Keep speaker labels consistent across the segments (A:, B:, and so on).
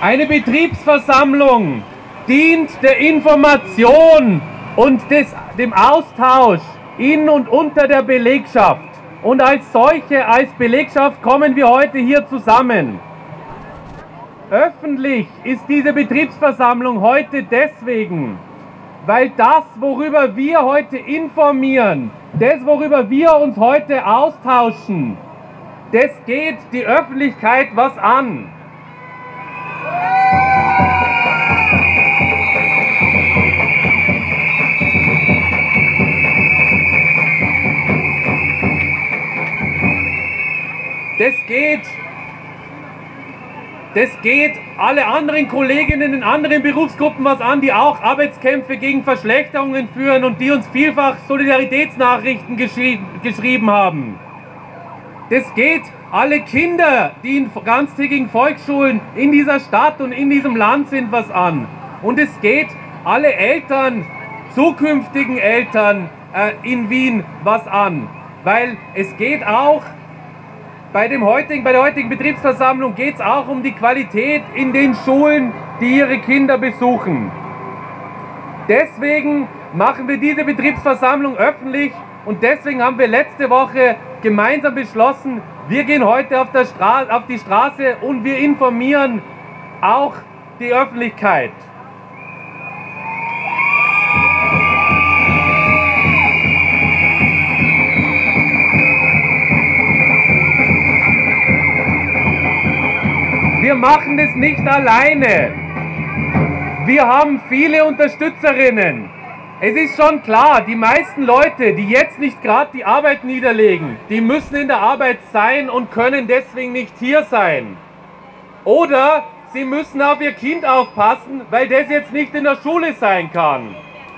A: Eine Betriebsversammlung dient der Information und dem Austausch in und unter der Belegschaft. Und als solche, als Belegschaft kommen wir heute hier zusammen. Öffentlich ist diese Betriebsversammlung heute deswegen, weil das, worüber wir heute informieren, das, worüber wir uns heute austauschen, das geht die Öffentlichkeit was an. Das geht alle anderen Kolleginnen in anderen Berufsgruppen was an, die auch Arbeitskämpfe gegen Verschlechterungen führen und die uns vielfach Solidaritätsnachrichten geschrieben haben. Das geht alle Kinder, die in ganztägigen Volksschulen in dieser Stadt und in diesem Land sind, was an. Und es geht alle Eltern, zukünftigen Eltern in Wien was an. Weil es geht auch bei der heutigen Betriebsversammlung geht es auch um die Qualität in den Schulen, die ihre Kinder besuchen. Deswegen machen wir diese Betriebsversammlung öffentlich und deswegen haben wir letzte Woche gemeinsam beschlossen, wir gehen heute auf die Straße und wir informieren auch die Öffentlichkeit. Wir machen das nicht alleine. Wir haben viele Unterstützerinnen. Es ist schon klar, die meisten Leute, die jetzt nicht gerade die Arbeit niederlegen, die müssen in der Arbeit sein und können deswegen nicht hier sein. Oder sie müssen auf ihr Kind aufpassen, weil das jetzt nicht in der Schule sein kann.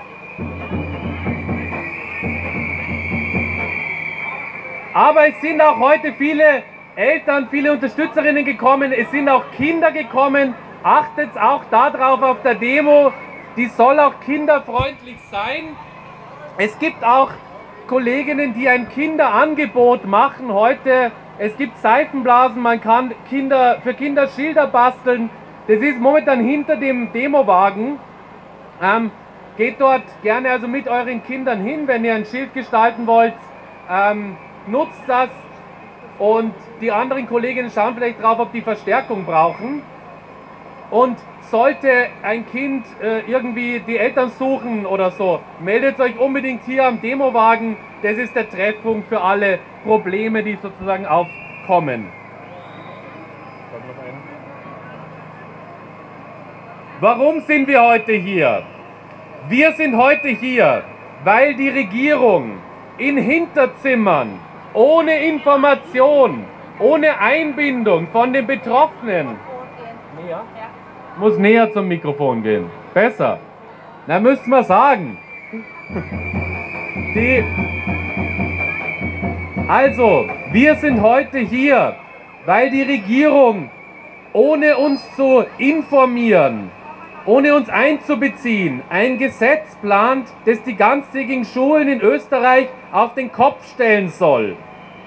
A: Aber es sind auch heute viele Eltern, viele Unterstützerinnen gekommen, es sind auch Kinder gekommen. Achtet auch darauf auf der Demo, die soll auch kinderfreundlich sein. Es gibt auch Kolleginnen, die ein Kinderangebot machen heute. Es gibt Seifenblasen, man kann für Kinder Schilder basteln. Das ist momentan hinter dem Demowagen. Geht dort gerne also mit euren Kindern hin, wenn ihr ein Schild gestalten wollt. Nutzt das. Und die anderen Kolleginnen schauen vielleicht drauf, ob die Verstärkung brauchen. Und sollte ein Kind irgendwie die Eltern suchen oder so, meldet euch unbedingt hier am Demowagen. Das ist der Treffpunkt für alle Probleme, die sozusagen aufkommen. Warum sind wir heute hier? Wir sind heute hier, weil die Regierung in Hinterzimmern ohne Information, ohne Einbindung von den Betroffenen. Näher? Muss näher zum Mikrofon gehen. Besser. Na, müssten wir sagen. Also, wir sind heute hier, weil die Regierung, ohne uns zu informieren, ohne uns einzubeziehen, ein Gesetz plant, das die ganztägigen Schulen in Österreich auf den Kopf stellen soll.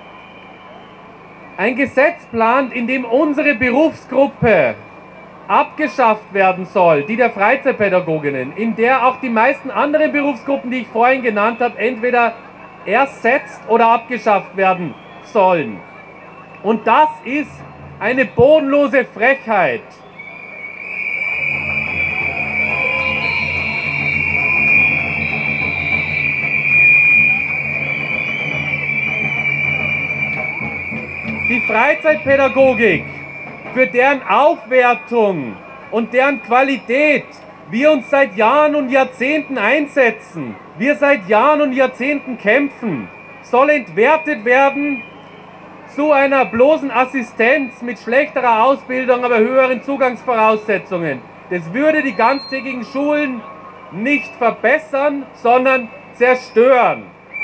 A: Ein Gesetz plant, in dem unsere Berufsgruppe abgeschafft werden soll, die der Freizeitpädagoginnen, in der auch die meisten anderen Berufsgruppen, die ich vorhin genannt habe, entweder ersetzt oder abgeschafft werden sollen. Und das ist eine bodenlose Frechheit. Die Freizeitpädagogik, für deren Aufwertung und deren Qualität wir uns seit Jahren und Jahrzehnten einsetzen, wir seit Jahren und Jahrzehnten kämpfen, soll entwertet werden zu einer bloßen Assistenz mit schlechterer Ausbildung, aber höheren Zugangsvoraussetzungen. Das würde die ganztägigen Schulen nicht verbessern, sondern zerstören.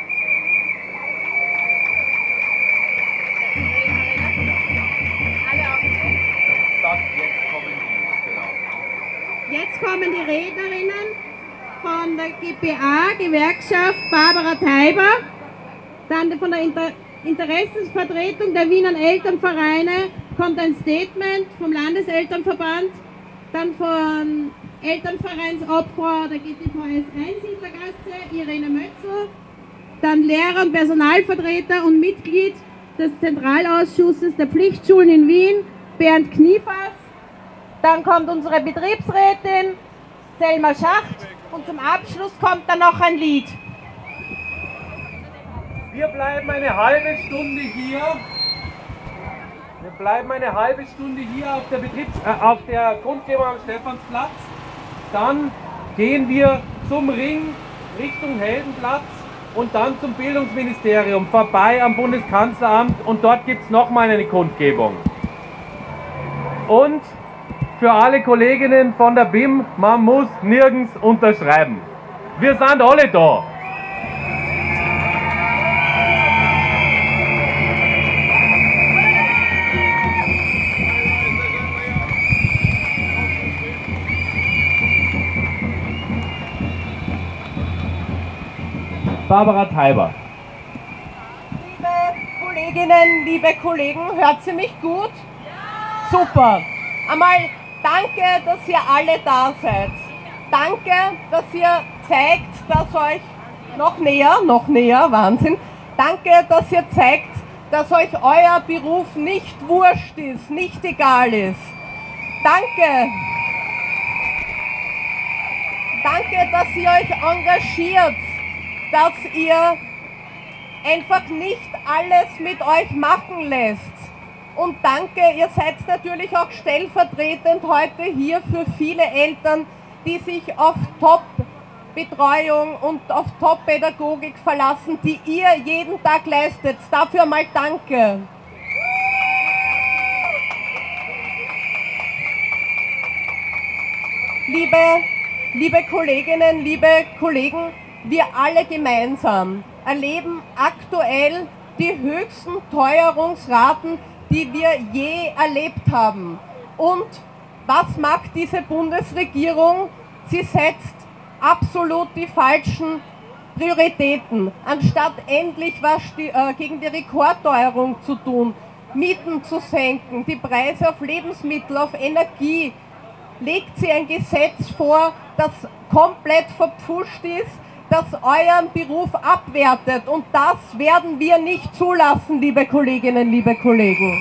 B: Jetzt kommen die Rednerinnen von der GPA, Gewerkschaft Barbara Teiber, dann von der Interessensvertretung der Wiener Elternvereine kommt ein Statement vom Landeselternverband Dann von Elternvereinsopfer der GTVS Einsiedlergasse, Irene Mötzl. Dann Lehrer und Personalvertreter und Mitglied des Zentralausschusses der Pflichtschulen in Wien, Bernd Kniefass. Dann kommt unsere Betriebsrätin, Selma Schacht. Und zum Abschluss kommt dann noch ein Lied.
A: Wir bleiben eine halbe Stunde hier. Wir bleiben eine halbe Stunde hier auf der Kundgebung am Stephansplatz. Dann gehen wir zum Ring Richtung Heldenplatz und dann zum Bildungsministerium, vorbei am Bundeskanzleramt, und dort gibt es nochmal eine Kundgebung. Und für alle Kolleginnen von der BIM, man muss nirgends unterschreiben. Wir sind alle da. Barbara Teiber.
C: Liebe Kolleginnen, liebe Kollegen, hört ihr mich gut? Ja! Super! Einmal danke, dass ihr alle da seid. Danke, dass ihr zeigt, dass euch noch näher, Wahnsinn. Danke, dass ihr zeigt, dass euch euer Beruf nicht wurscht ist, nicht egal ist. Danke! Danke, dass ihr euch engagiert, dass ihr einfach nicht alles mit euch machen lässt. Und danke, ihr seid natürlich auch stellvertretend heute hier für viele Eltern, die sich auf Top-Betreuung und auf Top-Pädagogik verlassen, die ihr jeden Tag leistet. Dafür mal danke. Liebe Kolleginnen, liebe Kollegen, wir alle gemeinsam erleben aktuell die höchsten Teuerungsraten, die wir je erlebt haben. Und was macht diese Bundesregierung? Sie setzt absolut die falschen Prioritäten. Anstatt endlich was gegen die Rekordteuerung zu tun, Mieten zu senken, die Preise auf Lebensmittel, auf Energie, legt sie ein Gesetz vor, das komplett verpfuscht ist, das euren Beruf abwertet. Und das werden wir nicht zulassen, liebe Kolleginnen, liebe Kollegen.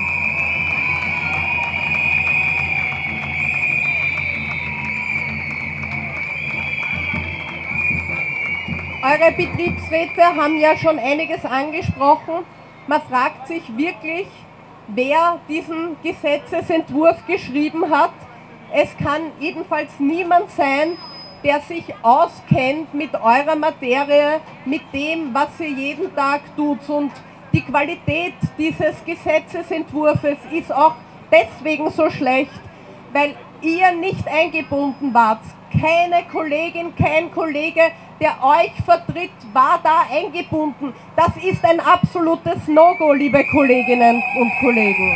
C: Eure Betriebsräte haben ja schon einiges angesprochen. Man fragt sich wirklich, wer diesen Gesetzesentwurf geschrieben hat. Es kann jedenfalls niemand sein, der sich auskennt mit eurer Materie, mit dem, was ihr jeden Tag tut. Und die Qualität dieses Gesetzesentwurfs ist auch deswegen so schlecht, weil ihr nicht eingebunden wart. Keine Kollegin, kein Kollege, der euch vertritt, war da eingebunden. Das ist ein absolutes No-Go, liebe Kolleginnen und Kollegen.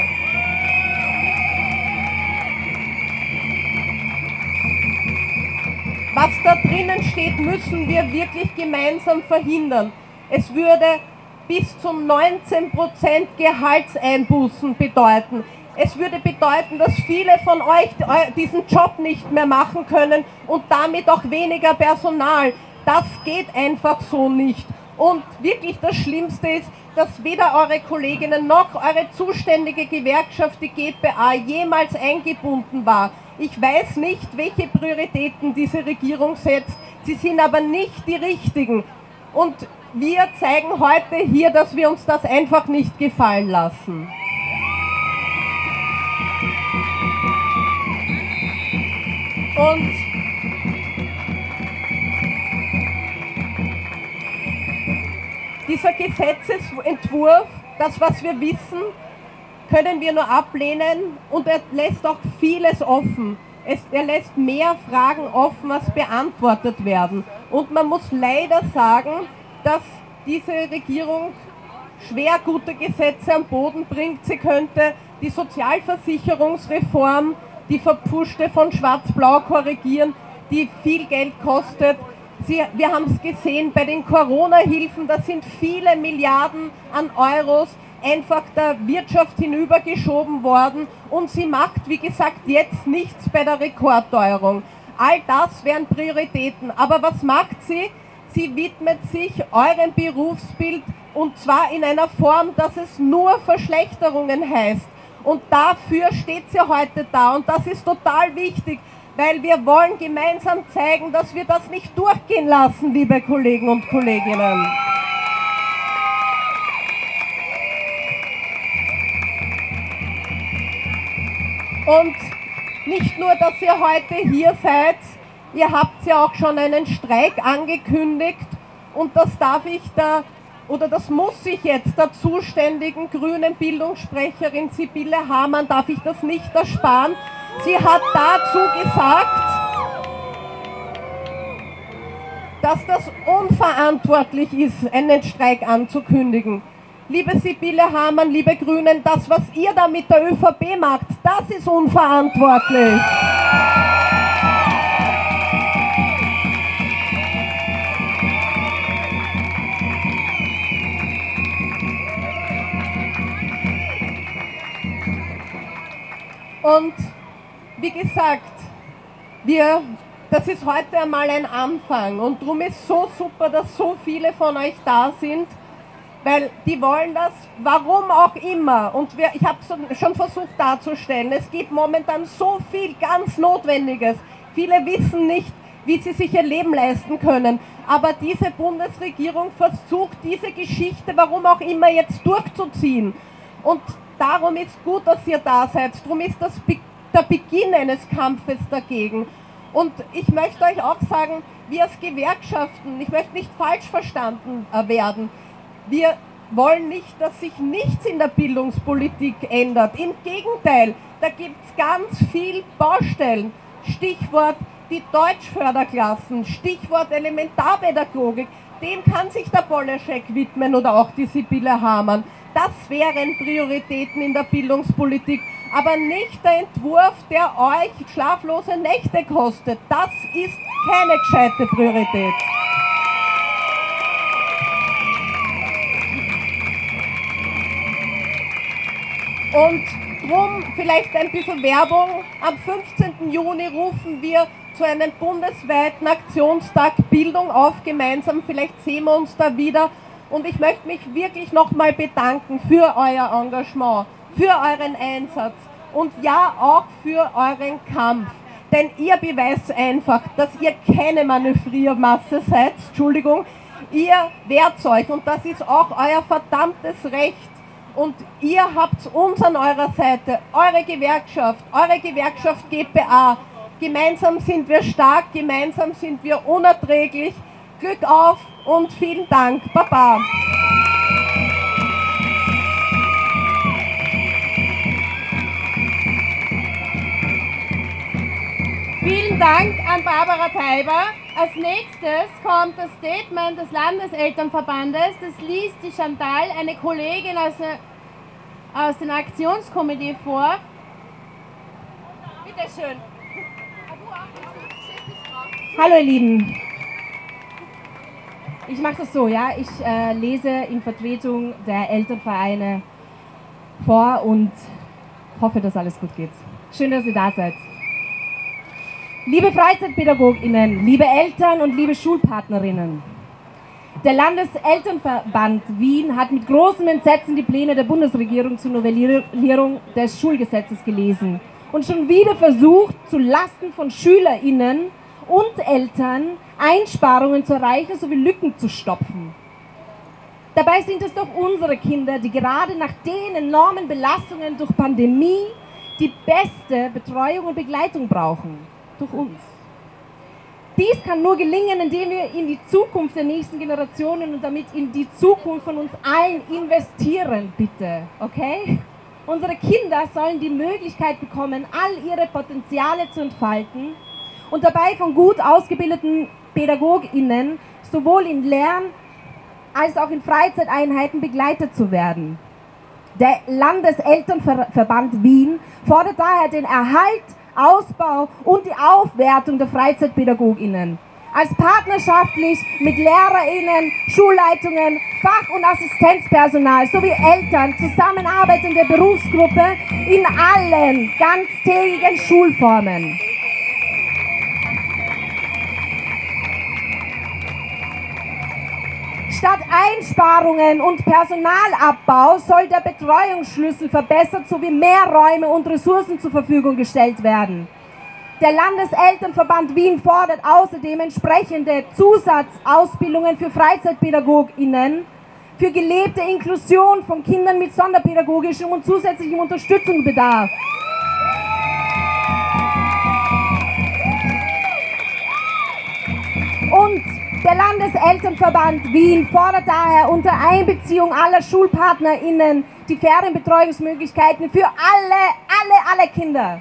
C: Was da drinnen steht, müssen wir wirklich gemeinsam verhindern. Es würde bis zu 19% Gehaltseinbußen bedeuten. Es würde bedeuten, dass viele von euch diesen Job nicht mehr machen können und damit auch weniger Personal. Das geht einfach so nicht. Und wirklich das Schlimmste ist, dass weder eure Kolleginnen noch eure zuständige Gewerkschaft, die GPA, jemals eingebunden war. Ich weiß nicht, welche Prioritäten diese Regierung setzt. Sie sind aber nicht die richtigen. Und wir zeigen heute hier, dass wir uns das einfach nicht gefallen lassen. Und dieser Gesetzesentwurf, das, was wir wissen, können wir nur ablehnen, und er lässt auch vieles offen. Er lässt mehr Fragen offen, als beantwortet werden. Und man muss leider sagen, dass diese Regierung schwer gute Gesetze am Boden bringt. Sie könnte die Sozialversicherungsreform, die verpfuschte von Schwarz-Blau, korrigieren, die viel Geld kostet. Wir haben es gesehen bei den Corona-Hilfen, da sind viele Milliarden an Euros einfach der Wirtschaft hinübergeschoben worden und sie macht, wie gesagt, jetzt nichts bei der Rekordteuerung. All das wären Prioritäten. Aber was macht sie? Sie widmet sich eurem Berufsbild und zwar in einer Form, dass es nur Verschlechterungen heißt. Und dafür steht sie heute da und das ist total wichtig, weil wir wollen gemeinsam zeigen, dass wir das nicht durchgehen lassen, liebe Kollegen und Kolleginnen. Und nicht nur, dass ihr heute hier seid, ihr habt ja auch schon einen Streik angekündigt und das das muss ich jetzt der zuständigen grünen Bildungssprecherin Sibylle Hamann, darf ich das nicht ersparen. Sie hat dazu gesagt, dass das unverantwortlich ist, einen Streik anzukündigen. Liebe Sibylle Hamann, liebe Grünen, das, was ihr da mit der ÖVP macht, das ist unverantwortlich. Und wie gesagt, das ist heute einmal ein Anfang und darum ist es so super, dass so viele von euch da sind, weil die wollen das, warum auch immer. Und ich habe es schon versucht darzustellen, es gibt momentan so viel ganz Notwendiges. Viele wissen nicht, wie sie sich ihr Leben leisten können. Aber diese Bundesregierung versucht, diese Geschichte, warum auch immer, jetzt durchzuziehen. Und darum ist gut, dass ihr da seid. Darum ist das der Beginn eines Kampfes dagegen. Und ich möchte euch auch sagen, wir als Gewerkschaften, ich möchte nicht falsch verstanden werden, wir wollen nicht, dass sich nichts in der Bildungspolitik ändert. Im Gegenteil, da gibt es ganz viel Baustellen. Stichwort die Deutschförderklassen, Stichwort Elementarpädagogik, dem kann sich der Boleschek widmen oder auch die Sibylle Hamann. Das wären Prioritäten in der Bildungspolitik, aber nicht der Entwurf, der euch schlaflose Nächte kostet. Das ist keine gescheite Priorität. Und drum vielleicht ein bisschen Werbung. Am 15. Juni rufen wir zu einem bundesweiten Aktionstag Bildung auf, gemeinsam. Vielleicht sehen wir uns da wieder. Und ich möchte mich wirklich nochmal bedanken für euer Engagement, für euren Einsatz und ja auch für euren Kampf. Denn ihr beweist einfach, dass ihr keine Manövriermasse seid, Entschuldigung, ihr wehrt euch und das ist auch euer verdammtes Recht. Und ihr habt uns an eurer Seite, eure Gewerkschaft GPA. Gemeinsam sind wir stark, gemeinsam sind wir unerträglich. Glück auf und vielen Dank. Baba.
B: Vielen Dank an Barbara Teiber. Als nächstes kommt das Statement des Landeselternverbandes. Das liest die Chantal, eine Kollegin aus dem Aktionskomitee vor. Bitte schön.
D: Hallo ihr Lieben. Ich mache das so, ja. Ich lese in Vertretung der Elternvereine vor und hoffe, dass alles gut geht. Schön, dass ihr da seid. Liebe FreizeitpädagogInnen, liebe Eltern und liebe Schulpartnerinnen. Der Landeselternverband Wien hat mit großem Entsetzen die Pläne der Bundesregierung zur Novellierung des Schulgesetzes gelesen und schon wieder versucht, zu Lasten von SchülerInnen und Eltern Einsparungen zu erreichen sowie Lücken zu stopfen. Dabei sind es doch unsere Kinder, die gerade nach den enormen Belastungen durch Pandemie die beste Betreuung und Begleitung brauchen. Durch uns. Dies kann nur gelingen, indem wir in die Zukunft der nächsten Generationen und damit in die Zukunft von uns allen investieren, bitte. Okay? Unsere Kinder sollen die Möglichkeit bekommen, all ihre Potenziale zu entfalten und dabei von gut ausgebildeten PädagogInnen sowohl in Lern- als auch in Freizeiteinheiten begleitet zu werden. Der Landeselternverband Wien fordert daher den Erhalt, Ausbau und die Aufwertung der FreizeitpädagogInnen. als partnerschaftlich mit LehrerInnen, Schulleitungen, Fach- und Assistenzpersonal sowie Eltern zusammenarbeitende Berufsgruppe in allen ganztägigen Schulformen. Statt Einsparungen und Personalabbau soll der Betreuungsschlüssel verbessert sowie mehr Räume und Ressourcen zur Verfügung gestellt werden. Der Landeselternverband Wien fordert außerdem entsprechende Zusatzausbildungen für FreizeitpädagogInnen, für gelebte Inklusion von Kindern mit sonderpädagogischem und zusätzlichem Unterstützungsbedarf. Und der Landeselternverband Wien fordert daher unter Einbeziehung aller SchulpartnerInnen die Ferienbetreuungsmöglichkeiten für alle Kinder.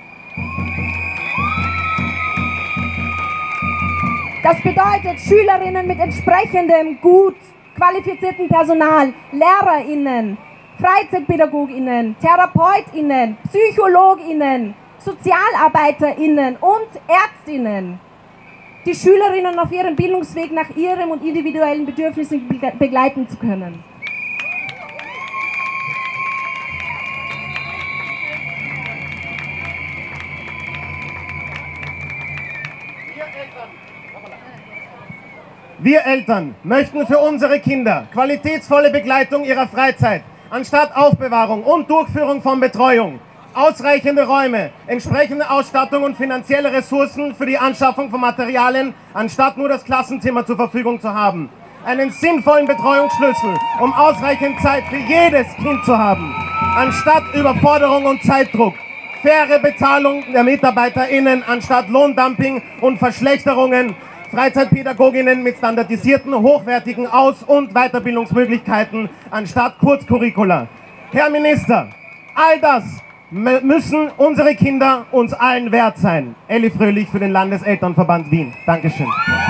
D: Das bedeutet Schülerinnen mit entsprechendem gut qualifizierten Personal, LehrerInnen, FreizeitpädagogInnen, TherapeutInnen, PsychologInnen, SozialarbeiterInnen und ÄrztInnen, die Schülerinnen auf ihrem Bildungsweg nach ihrem und individuellen Bedürfnissen begleiten zu können.
E: Wir Eltern möchten für unsere Kinder qualitätsvolle Begleitung ihrer Freizeit, anstatt Aufbewahrung und Durchführung von Betreuung, ausreichende Räume, entsprechende Ausstattung und finanzielle Ressourcen für die Anschaffung von Materialien, anstatt nur das Klassenzimmer zur Verfügung zu haben. Einen sinnvollen Betreuungsschlüssel, um ausreichend Zeit für jedes Kind zu haben, anstatt Überforderung und Zeitdruck. Faire Bezahlung der MitarbeiterInnen anstatt Lohndumping und Verschlechterungen. Freizeitpädagoginnen mit standardisierten, hochwertigen Aus- und Weiterbildungsmöglichkeiten anstatt Kurzcurricula. Herr Minister, all das müssen unsere Kinder uns allen wert sein. Elli Fröhlich für den Landeselternverband Wien. Dankeschön.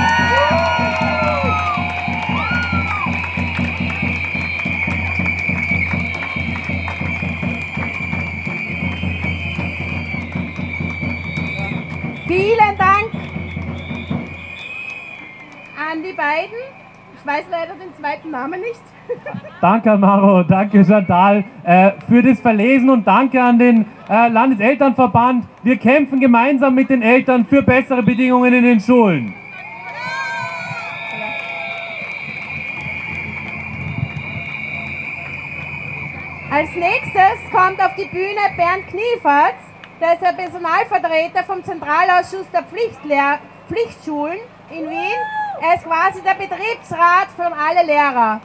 B: Vielen Dank an die beiden. Ich weiß leider den zweiten Namen nicht.
A: Danke, Maro, danke, Chantal, für das Verlesen und danke an den Landeselternverband. Wir kämpfen gemeinsam mit den Eltern für bessere Bedingungen in den Schulen.
B: Als nächstes kommt auf die Bühne Bernd Kniefertz, der ist der Personalvertreter vom Zentralausschuss der Pflichtschulen in Wien. Er ist quasi der Betriebsrat für alle Lehrer.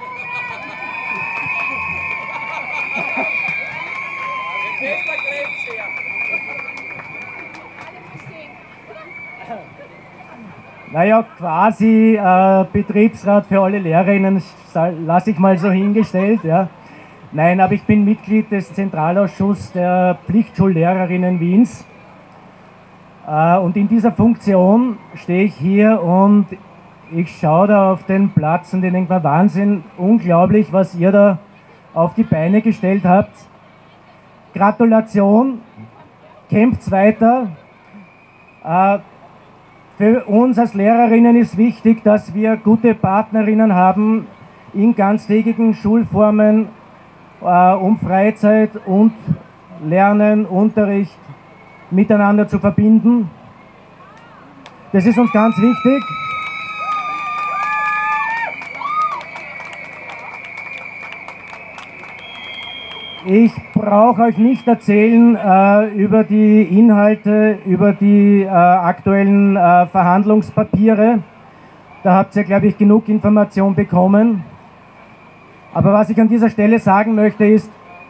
F: Naja, quasi Betriebsrat für alle Lehrerinnen, lasse ich mal so hingestellt. Ja. Nein, aber ich bin Mitglied des Zentralausschusses der Pflichtschullehrerinnen Wiens. Und in dieser Funktion stehe ich hier und ich schaue da auf den Platz und ich denke mir, Wahnsinn, unglaublich, was ihr da auf die Beine gestellt habt. Gratulation, kämpft weiter. Für uns als Lehrerinnen ist wichtig, dass wir gute Partnerinnen haben in ganztägigen Schulformen, um Freizeit und Lernen, Unterricht miteinander zu verbinden. Das ist uns ganz wichtig. Ich brauche euch nicht erzählen über die Inhalte, über die aktuellen Verhandlungspapiere. Da habt ihr, glaube ich, genug Information bekommen. Aber was ich an dieser Stelle sagen möchte, ist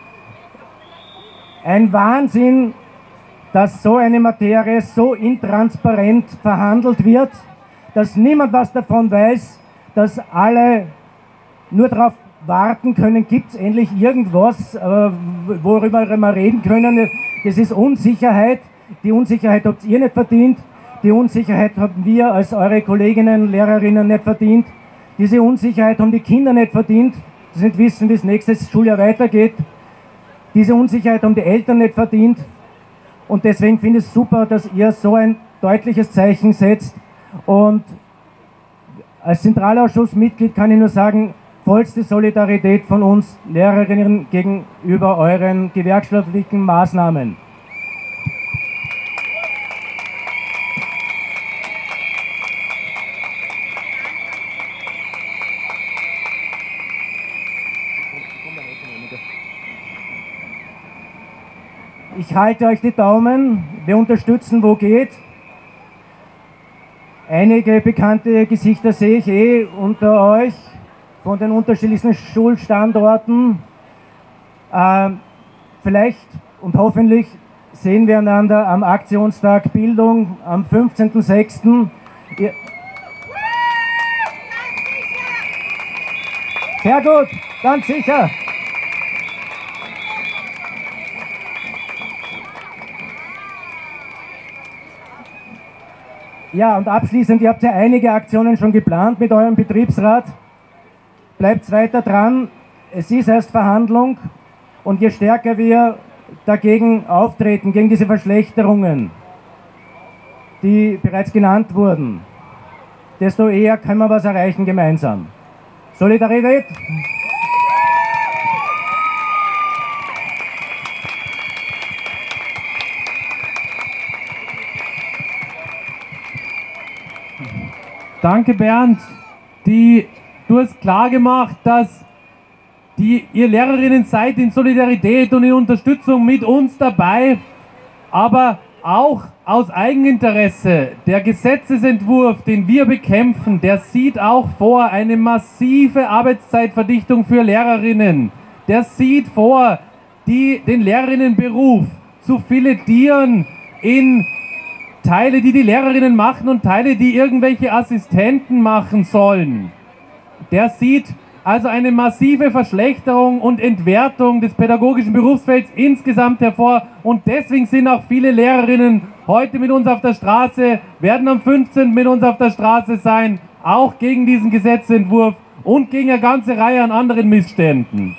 F: ein Wahnsinn, dass so eine Materie so intransparent verhandelt wird, dass niemand was davon weiß, dass alle nur darauf warten können, gibt es endlich irgendwas, worüber wir reden können. Das ist Unsicherheit. Die Unsicherheit habt ihr nicht verdient. Die Unsicherheit haben wir als eure Kolleginnen, Lehrerinnen nicht verdient. Diese Unsicherheit haben die Kinder nicht verdient, die nicht wissen, wie das nächste Schuljahr weitergeht. Diese Unsicherheit haben die Eltern nicht verdient. Und deswegen finde ich es super, dass ihr so ein deutliches Zeichen setzt und Als Zentralausschussmitglied kann ich nur sagen, vollste Solidarität von uns Lehrerinnen gegenüber euren gewerkschaftlichen Maßnahmen. Ich halte euch die Daumen, wir unterstützen, wo geht. Einige bekannte Gesichter sehe ich unter euch von den unterschiedlichsten Schulstandorten. Vielleicht und hoffentlich sehen wir einander am Aktionstag Bildung am 15.06. Sehr gut, ganz sicher. Ja, und abschließend, ihr habt ja einige Aktionen schon geplant mit eurem Betriebsrat. Bleibt weiter dran, es ist erst Verhandlung und je stärker wir dagegen auftreten, gegen diese Verschlechterungen, die bereits genannt wurden, desto eher können wir was erreichen gemeinsam. Solidarität!
A: Danke, Bernd. Du hast klar gemacht, dass ihr Lehrerinnen seid in Solidarität und in Unterstützung mit uns dabei, aber auch aus Eigeninteresse. Der Gesetzesentwurf, den wir bekämpfen, der sieht auch vor eine massive Arbeitszeitverdichtung für Lehrerinnen. Der sieht vor, den Lehrerinnenberuf zu filetieren in Teile, die Lehrerinnen machen und Teile, die irgendwelche Assistenten machen sollen. Der sieht also eine massive Verschlechterung und Entwertung des pädagogischen Berufsfelds insgesamt hervor und deswegen sind auch viele Lehrerinnen heute mit uns auf der Straße, werden am 15. mit uns auf der Straße sein, auch gegen diesen Gesetzentwurf und gegen eine ganze Reihe an anderen Missständen.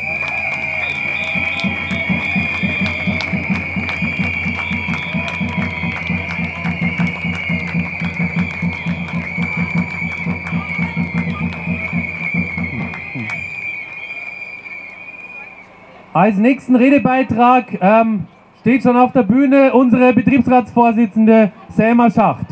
A: Als nächsten Redebeitrag steht schon auf der Bühne unsere Betriebsratsvorsitzende Selma Schacht.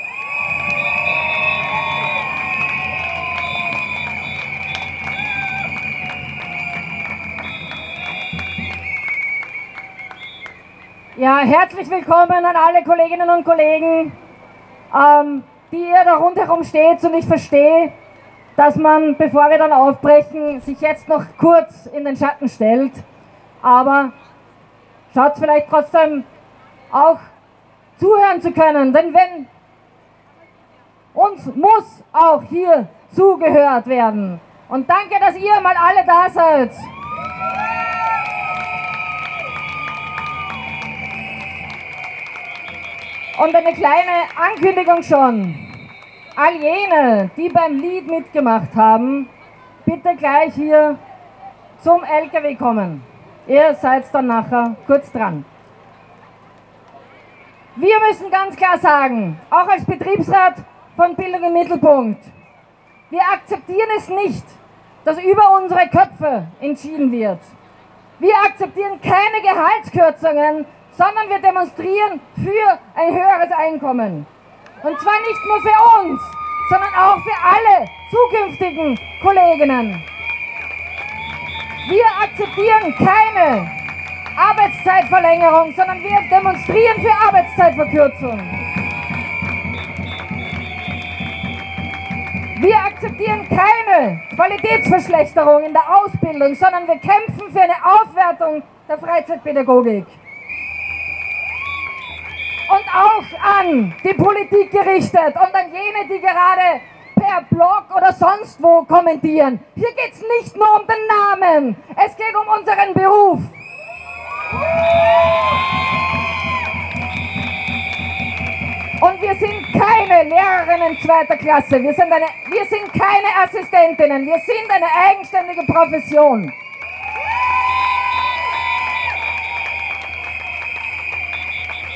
G: Ja, herzlich willkommen an alle Kolleginnen und Kollegen, die ihr da rundherum steht, und ich verstehe, dass man, bevor wir dann aufbrechen, sich jetzt noch kurz in den Schatten stellt. Aber schaut vielleicht trotzdem auch zuhören zu können, denn wenn uns muss auch hier zugehört werden. Und danke, dass ihr mal alle da seid. Und eine kleine Ankündigung schon. All jene, die beim Lied mitgemacht haben, bitte gleich hier zum LKW kommen. Ihr seid dann nachher kurz dran. Wir müssen ganz klar sagen, auch als Betriebsrat von Bildung im Mittelpunkt, wir akzeptieren es nicht, dass über unsere Köpfe entschieden wird. Wir akzeptieren keine Gehaltskürzungen, sondern wir demonstrieren für ein höheres Einkommen. Und zwar nicht nur für uns, sondern auch für alle zukünftigen Kolleginnen. Wir akzeptieren keine Arbeitszeitverlängerung, sondern wir demonstrieren für Arbeitszeitverkürzung. Wir akzeptieren keine Qualitätsverschlechterung in der Ausbildung, sondern wir kämpfen für eine Aufwertung der Freizeitpädagogik. Und auch an die Politik gerichtet und an jene, die gerade per Blog oder sonst wo kommentieren. Hier geht es nicht nur um den Namen, es geht um unseren Beruf. Und wir sind keine Lehrerinnen zweiter Klasse, wir sind keine Assistentinnen, wir sind eine eigenständige Profession.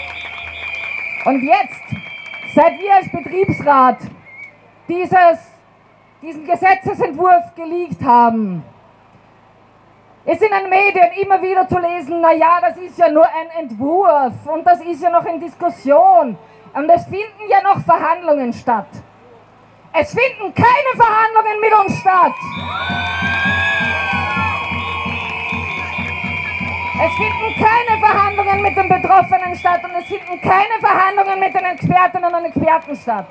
G: Und jetzt seid ihr als Betriebsrat dieses diesen Gesetzesentwurf geleakt haben. Es ist in den Medien immer wieder zu lesen, naja, das ist ja nur ein Entwurf und das ist ja noch in Diskussion. Und es finden ja noch Verhandlungen statt. Es finden keine Verhandlungen mit uns statt. Es finden keine Verhandlungen mit den Betroffenen statt und es finden keine Verhandlungen mit den Expertinnen und Experten statt.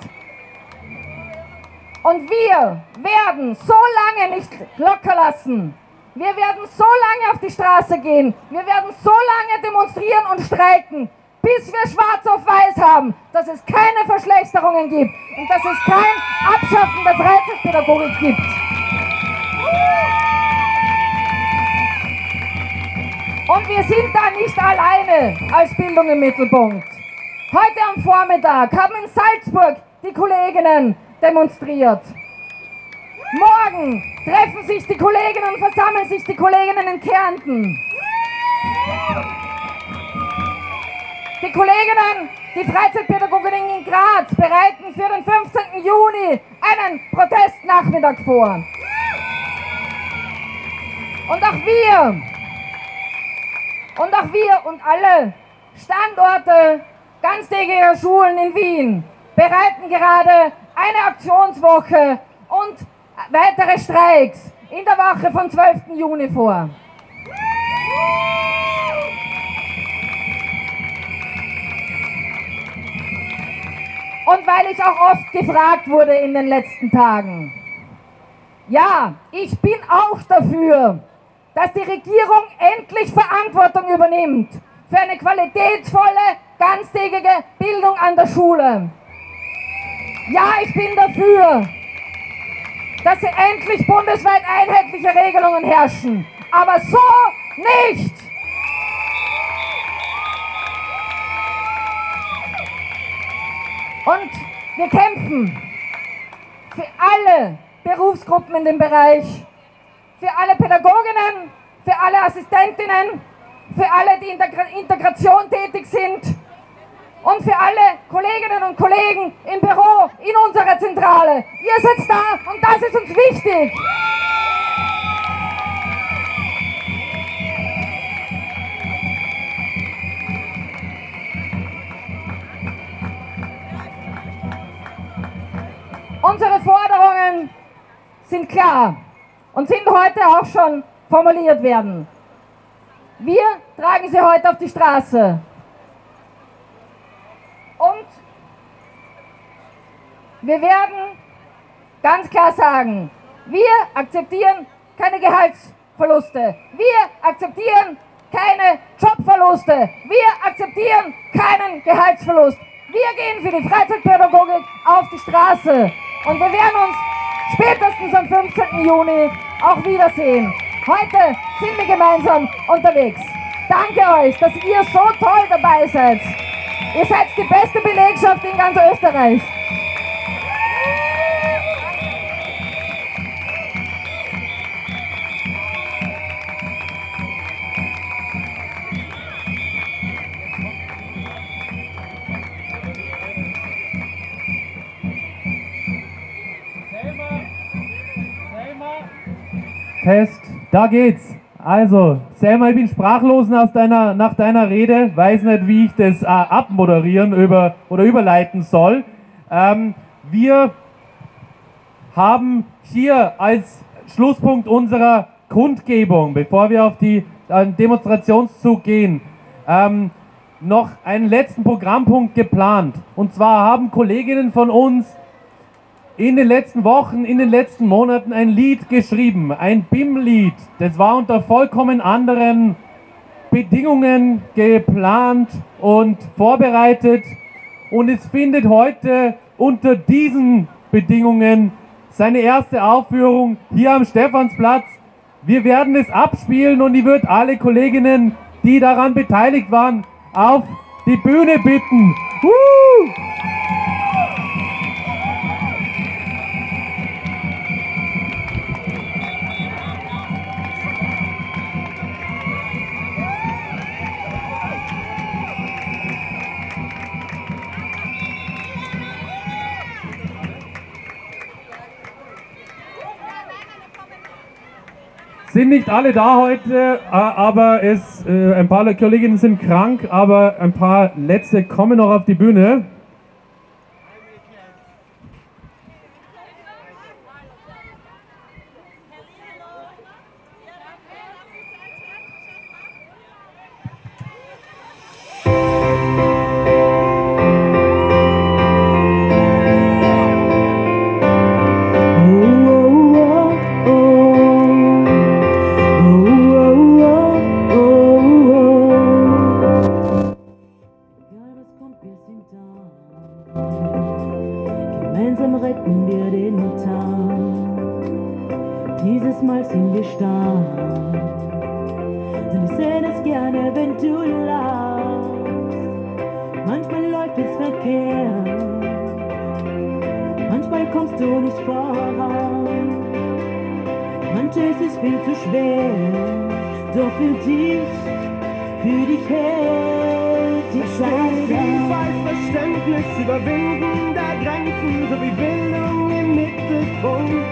G: Und wir werden so lange nicht locker lassen. Wir werden so lange auf die Straße gehen. Wir werden so lange demonstrieren und streiken, bis wir schwarz auf weiß haben, dass es keine Verschlechterungen gibt und dass es kein Abschaffen der Freizeitpädagogik gibt. Und wir sind da nicht alleine als Bildung im Mittelpunkt. Heute am Vormittag haben in Salzburg die Kolleginnen demonstriert. Morgen treffen sich die Kolleginnen und versammeln sich die Kolleginnen in Kärnten. Die Kolleginnen, die Freizeitpädagoginnen in Graz bereiten für den 15. Juni einen Protestnachmittag vor. Und auch wir und alle Standorte ganztägiger Schulen in Wien bereiten gerade eine Aktionswoche und weitere Streiks in der Woche vom 12. Juni vor. Und weil ich auch oft gefragt wurde in den letzten Tagen, ja, ich bin auch dafür, dass die Regierung endlich Verantwortung übernimmt für eine qualitätsvolle, ganztägige Bildung an der Schule. Ja, ich bin dafür, dass sie endlich bundesweit einheitliche Regelungen herrschen. Aber so nicht! Und wir kämpfen für alle Berufsgruppen in dem Bereich, für alle Pädagoginnen, für alle Assistentinnen, für alle, die in der Integration tätig sind und für alle Kolleginnen und Kollegen im Büro, in unserer Zentrale. Ihr seid da und das ist uns wichtig. Unsere Forderungen sind klar und sind heute auch schon formuliert werden. Wir tragen sie heute auf die Straße. Und wir werden ganz klar sagen, wir akzeptieren keine Gehaltsverluste. Wir akzeptieren keine Jobverluste. Wir akzeptieren keinen Gehaltsverlust. Wir gehen für die Freizeitpädagogik auf die Straße. Und wir werden uns spätestens am 15. Juni auch wiedersehen. Heute sind wir gemeinsam unterwegs. Danke euch, dass ihr so toll dabei seid. Ihr seid die beste Belegschaft in ganz Österreich.
A: Test, da geht's. Also, Selma, ich bin sprachlos nach deiner Rede, weiß nicht, wie ich das abmoderieren oder überleiten soll. Wir haben hier als Schlusspunkt unserer Kundgebung, bevor wir auf den Demonstrationszug gehen, noch einen letzten Programmpunkt geplant. Und zwar haben Kolleginnen von uns in den letzten Wochen, in den letzten Monaten ein Lied geschrieben, ein BIM-Lied. Das war unter vollkommen anderen Bedingungen geplant und vorbereitet. Und es findet heute unter diesen Bedingungen seine erste Aufführung hier am Stephansplatz. Wir werden es abspielen und ich würde alle Kolleginnen, die daran beteiligt waren, auf die Bühne bitten. sind nicht alle da heute, aber ein paar Kolleginnen sind krank, aber ein paar letzte kommen noch auf die Bühne.
H: Gemeinsam retten wir den Tag. Dieses Mal sind wir stark. Denn ich seh das gerne, wenn du lachst. Manchmal läuft es verkehrt. Manchmal kommst du nicht voran. Manches ist viel zu schwer. Doch für dich hält die Zeit
E: Vielfalt, Verständnis, Überwinden der Grenzen sowie Bildung im Mittelpunkt.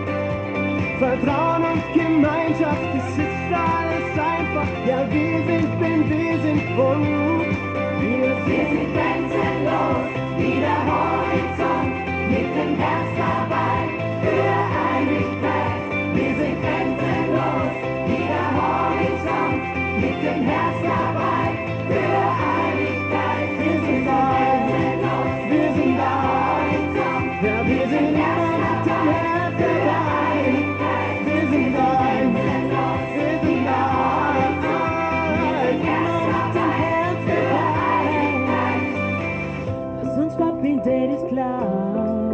E: Vertrauen und Gemeinschaft, es ist alles einfach. Ja, wir sind bunt. Wir sind grenzenlos, wie der Horizont, mit dem Herz dabei für Einigkeit. Wir sind grenzenlos, wie der Horizont, mit dem Herz dabei für Einigkeit. Wir sind grenzenlos, wir sind der Horizont, ja, wir sind Herz mit dem Herz für Einigkeit. Wir sind grenzenlos, wir sind der Horizont, mit dem Herz für Einigkeit.
H: Was uns verbindet, ist klar.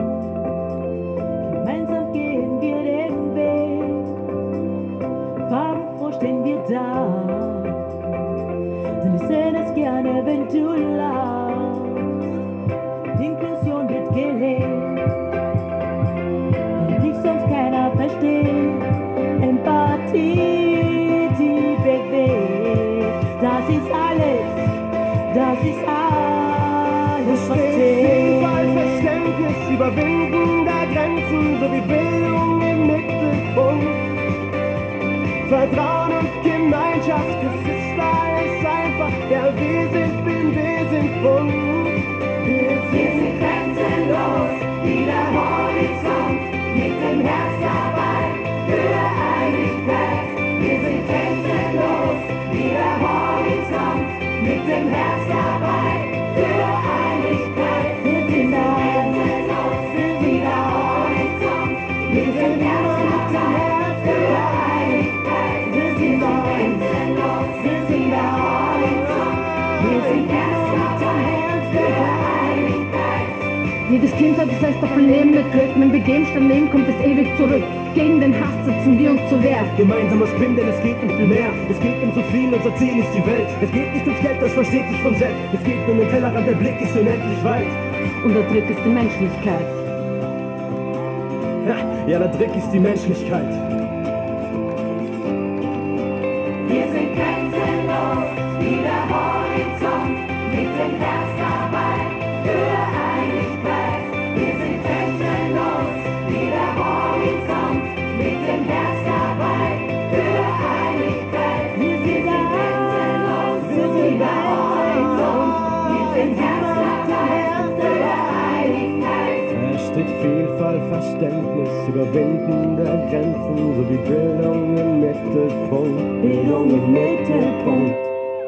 H: Gemeinsam gehen wir den Weg. Farbenfroh stehen wir da. Denn ich seh das gerne, wenn du lachst. Inklusion wird gelebt. Wenn dich sonst keiner versteht. Empathie, die bewegt. Das ist alles, was
E: Vielfalt,
H: zählt.
E: Verständnis, Überwinden der Grenzen sowie Bildung im Mittelpunkt. Vertrauen und Gemeinschaft, es ist alles einfach. Ja, wir sind bunt. Wir sind grenzenlos, wie der Horizont, mit dem Herz dabei für Einigkeit. Wir sind grenzenlos, wie der Horizont, mit dem Herz dabei für Einigkeit. Wir sind grenzenlos, wie der Horizont, mit dem Herz dabei für Einigkeit. Wir sind grenzenlos, wie der Horizont, wir sind Herz dabei für Einigkeit.
I: Jedes Kind hat das Recht auf ein Leben mit Glück. Wenn wir gehen, statt nehmen, kommt es ewig zurück. Gegen den Hass setzen wir uns zur Wehr.
J: Gemeinsam was bin, denn es geht um viel mehr. Es geht um so viel, unser Ziel ist die Welt. Es geht nicht ums Geld, das versteht sich von selbst. Es geht um den Tellerrand, der Blick ist unendlich weit.
I: Und der Trick ist die Menschlichkeit.
J: Ja, der Trick ist die Menschlichkeit.
E: Wir sind grenzenlos, wie der Horizont, mit dem Herz dabei für Einigkeit. Wir sind grenzenlos, wie der Horizont, mit dem Herz dabei für Einigkeit. Wir sind grenzenlos, wie der Horizont, mit dem Herz dabei für Einigkeit.
J: Es steht Vielfalt, Verständnis, Überwinden der Grenzen sowie Bildung im Mittelpunkt.
H: Bildung im Mittelpunkt.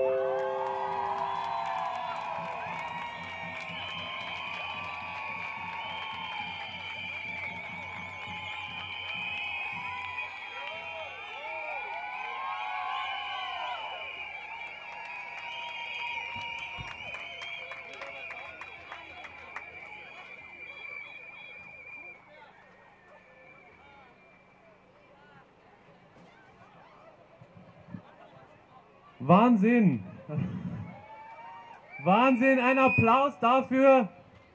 A: Wahnsinn! Wahnsinn, ein Applaus dafür.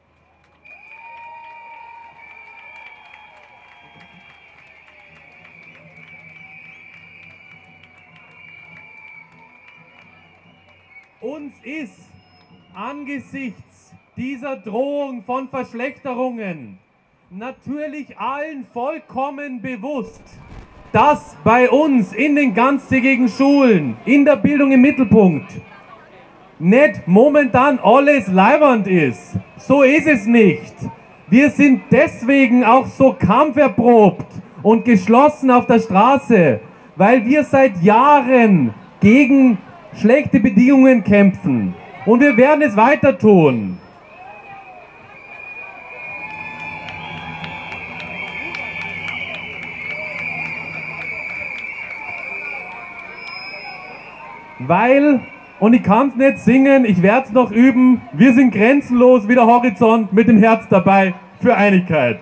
A: Uns ist angesichts dieser Drohung von Verschlechterungen natürlich allen vollkommen bewusst, dass bei uns in den ganztägigen Schulen, in der Bildung im Mittelpunkt, nicht momentan alles leiwand ist. So ist es nicht. Wir sind deswegen auch so kampferprobt und geschlossen auf der Straße, weil wir seit Jahren gegen schlechte Bedingungen kämpfen. Und wir werden es weiter tun. Weil, und ich kann es nicht singen, ich werde es noch üben, wir sind grenzenlos wie der Horizont mit dem Herz dabei für Einigkeit.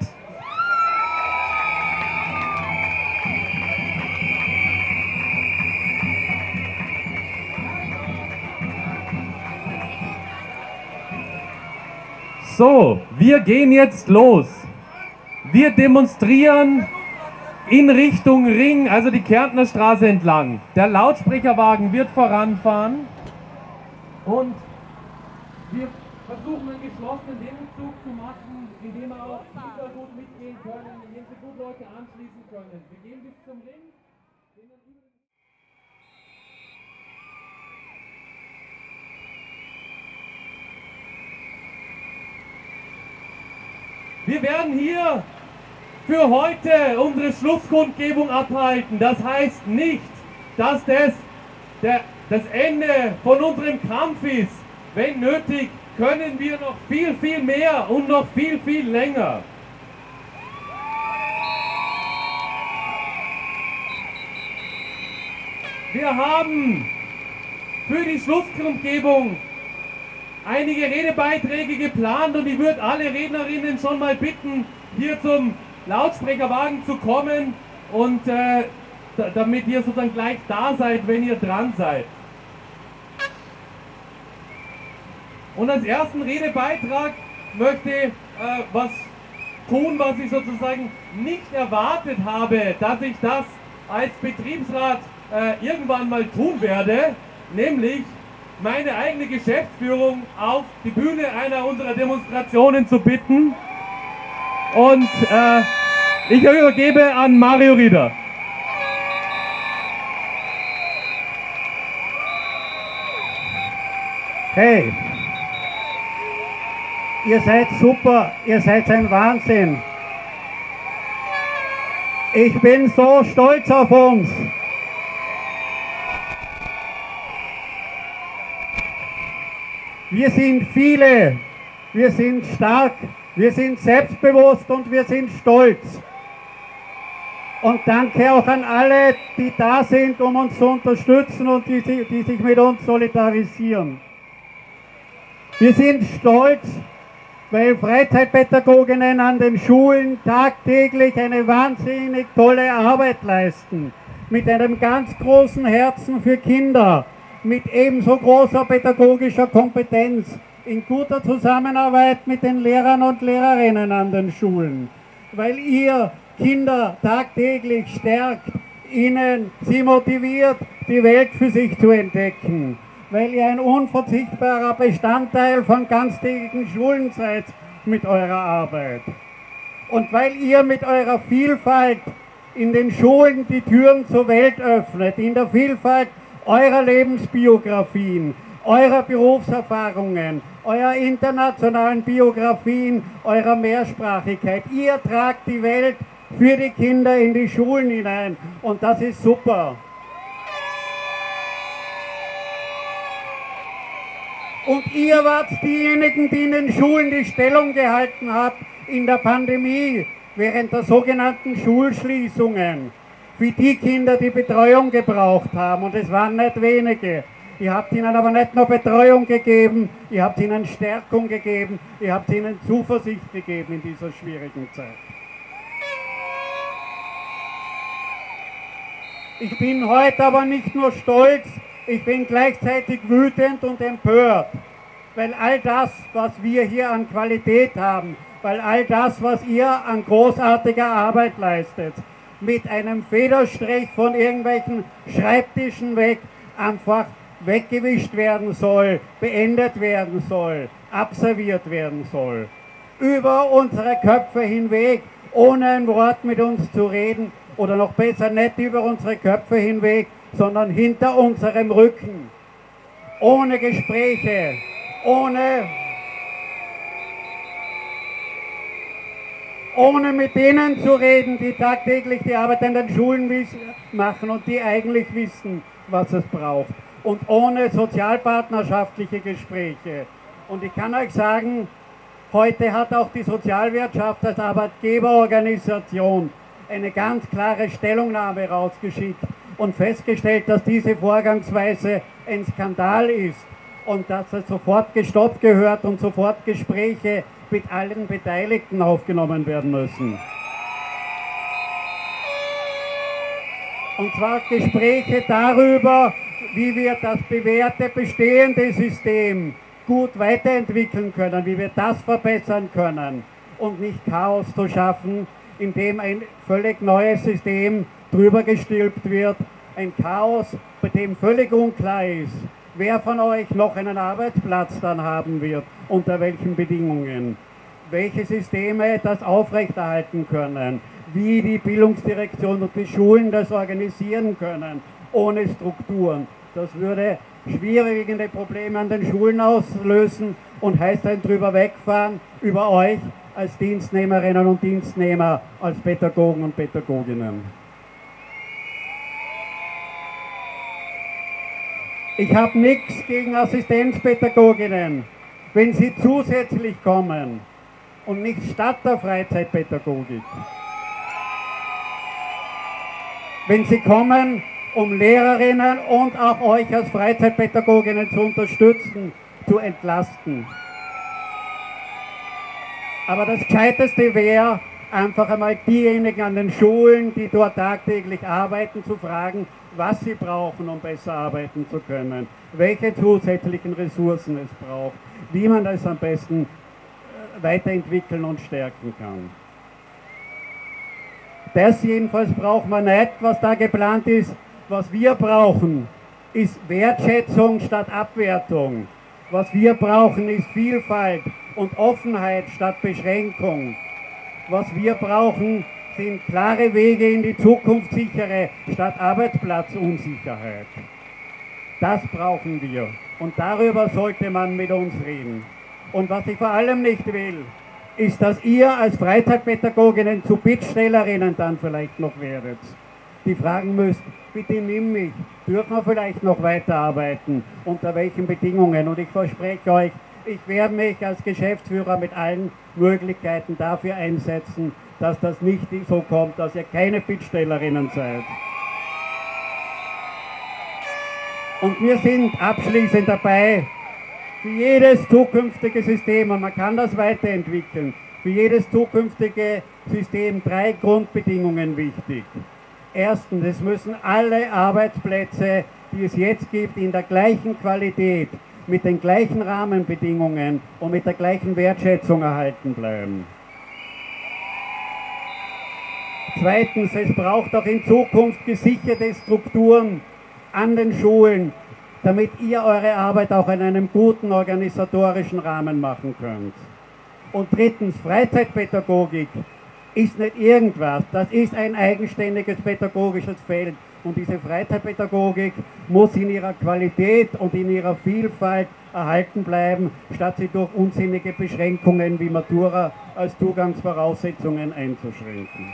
A: So, wir gehen jetzt los. Wir demonstrieren in Richtung Ring, also die Kärntner Straße entlang. Der Lautsprecherwagen wird voranfahren und wir versuchen einen geschlossenen Demozug zu machen, indem auch Kinder gut mitgehen können, indem sie gut Leute anschließen können. Wir gehen bis zum Ring. Wir werden hier für heute unsere Schlusskundgebung abhalten. Das heißt nicht, dass das Ende von unserem Kampf ist. Wenn nötig, können wir noch viel, viel mehr und noch viel, viel länger. Wir haben für die Schlusskundgebung einige Redebeiträge geplant und ich würde alle Rednerinnen schon mal bitten, hier zum Lautsprecherwagen zu kommen und damit ihr sozusagen gleich da seid, wenn ihr dran seid. Und als ersten Redebeitrag möchte ich was tun, was ich sozusagen nicht erwartet habe, dass ich das als Betriebsrat irgendwann mal tun werde, nämlich meine eigene Geschäftsführung auf die Bühne einer unserer Demonstrationen zu bitten. Und ich übergebe an Mario Rieder.
K: Hey, ihr seid super, ihr seid ein Wahnsinn. Ich bin so stolz auf uns. Wir sind viele, wir sind stark, wir sind selbstbewusst und wir sind stolz. Und danke auch an alle, die da sind, um uns zu unterstützen und die sich mit uns solidarisieren. Wir sind stolz, weil Freizeitpädagoginnen an den Schulen tagtäglich eine wahnsinnig tolle Arbeit leisten. Mit einem ganz großen Herzen für Kinder, mit ebenso großer pädagogischer Kompetenz, in guter Zusammenarbeit mit den Lehrern und Lehrerinnen an den Schulen. Weil ihr Kinder tagtäglich stärkt, sie motiviert, die Welt für sich zu entdecken. Weil ihr ein unverzichtbarer Bestandteil von ganztägigen Schulen seid mit eurer Arbeit. Und weil ihr mit eurer Vielfalt in den Schulen die Türen zur Welt öffnet, in der Vielfalt eurer Lebensbiografien, eurer Berufserfahrungen, eurer internationalen Biografien, eurer Mehrsprachigkeit. Ihr tragt die Welt für die Kinder in die Schulen hinein und das ist super. Und ihr wart diejenigen, die in den Schulen die Stellung gehalten habt in der Pandemie, während der sogenannten Schulschließungen, für die Kinder, die Betreuung gebraucht haben. Und es waren nicht wenige. Ihr habt ihnen aber nicht nur Betreuung gegeben, ihr habt ihnen Stärkung gegeben, ihr habt ihnen Zuversicht gegeben in dieser schwierigen Zeit. Ich bin heute aber nicht nur stolz, ich bin gleichzeitig wütend und empört, weil all das, was wir hier an Qualität haben, weil all das, was ihr an großartiger Arbeit leistet, mit einem Federstrich von irgendwelchen Schreibtischen weg einfach weggewischt werden soll, beendet werden soll, abserviert werden soll. Über unsere Köpfe hinweg, ohne ein Wort mit uns zu reden, oder noch besser nicht über unsere Köpfe hinweg, sondern hinter unserem Rücken. Ohne Gespräche, ohne mit denen zu reden, die tagtäglich die Arbeit in den Schulen machen und die eigentlich wissen, was es braucht. Und ohne sozialpartnerschaftliche Gespräche. Und ich kann euch sagen, heute hat auch die Sozialwirtschaft als Arbeitgeberorganisation eine ganz klare Stellungnahme rausgeschickt und festgestellt, dass diese Vorgangsweise ein Skandal ist und dass es sofort gestoppt gehört und sofort Gespräche mit allen Beteiligten aufgenommen werden müssen. Und zwar Gespräche darüber, wie wir das bewährte, bestehende System gut weiterentwickeln können, wie wir das verbessern können und nicht Chaos zu schaffen, indem ein völlig neues System drüber gestülpt wird. Ein Chaos, bei dem völlig unklar ist, wer von euch noch einen Arbeitsplatz dann haben wird, unter welchen Bedingungen, welche Systeme das aufrechterhalten können, wie die Bildungsdirektion und die Schulen das organisieren können, ohne Strukturen. Das würde schwerwiegende Probleme an den Schulen auslösen und heißt ein drüber wegfahren über euch als Dienstnehmerinnen und Dienstnehmer, als Pädagogen und Pädagoginnen. Ich habe nichts gegen Assistenzpädagoginnen, wenn sie zusätzlich kommen und nicht statt der Freizeitpädagogik. Wenn sie kommen, um Lehrerinnen und auch euch als Freizeitpädagoginnen zu unterstützen, zu entlasten. Aber das Gescheiteste wäre, einfach einmal diejenigen an den Schulen, die dort tagtäglich arbeiten, zu fragen, was sie brauchen, um besser arbeiten zu können, welche zusätzlichen Ressourcen es braucht, wie man das am besten weiterentwickeln und stärken kann. Das jedenfalls braucht man nicht, was da geplant ist. Was wir brauchen, ist Wertschätzung statt Abwertung. Was wir brauchen, ist Vielfalt und Offenheit statt Beschränkung. Was wir brauchen, sind klare Wege in die zukunftssichere statt Arbeitsplatzunsicherheit. Das brauchen wir und darüber sollte man mit uns reden. Und was ich vor allem nicht will, ist, dass ihr als Freizeitpädagoginnen zu Bittstellerinnen dann vielleicht noch werdet, die fragen müsst, bitte nimm mich, dürfen wir vielleicht noch weiterarbeiten, unter welchen Bedingungen? Und ich verspreche euch, ich werde mich als Geschäftsführer mit allen Möglichkeiten dafür einsetzen, dass das nicht so kommt, dass ihr keine Bittstellerinnen seid. Und wir sind abschließend dabei, für jedes zukünftige System, und man kann das weiterentwickeln, für jedes zukünftige System 3 Grundbedingungen wichtig. Erstens, es müssen alle Arbeitsplätze, die es jetzt gibt, in der gleichen Qualität, mit den gleichen Rahmenbedingungen und mit der gleichen Wertschätzung erhalten bleiben. Zweitens, es braucht auch in Zukunft gesicherte Strukturen an den Schulen, damit ihr eure Arbeit auch in einem guten organisatorischen Rahmen machen könnt. Und drittens, Freizeitpädagogik ist nicht irgendwas, das ist ein eigenständiges pädagogisches Feld. Und diese Freizeitpädagogik muss in ihrer Qualität und in ihrer Vielfalt erhalten bleiben, statt sie durch unsinnige Beschränkungen wie Matura als Zugangsvoraussetzungen einzuschränken.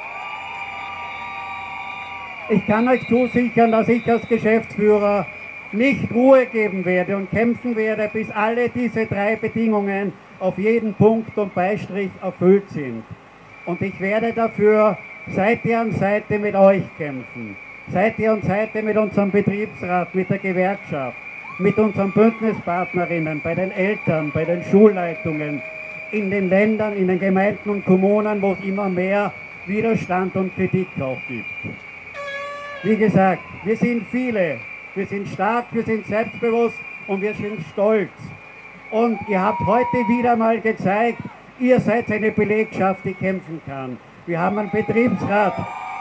K: Ich kann euch zusichern, dass ich als Geschäftsführer nicht Ruhe geben werde und kämpfen werde, bis alle diese 3 Bedingungen auf jeden Punkt und Beistrich erfüllt sind. Und ich werde dafür Seite an Seite mit euch kämpfen. Seite an Seite mit unserem Betriebsrat, mit der Gewerkschaft, mit unseren Bündnispartnerinnen, bei den Eltern, bei den Schulleitungen, in den Ländern, in den Gemeinden und Kommunen, wo es immer mehr Widerstand und Kritik auch gibt. Wie gesagt, wir sind viele, wir sind stark, wir sind selbstbewusst und wir sind stolz. Und ihr habt heute wieder mal gezeigt, ihr seid eine Belegschaft, die kämpfen kann. Wir haben einen Betriebsrat.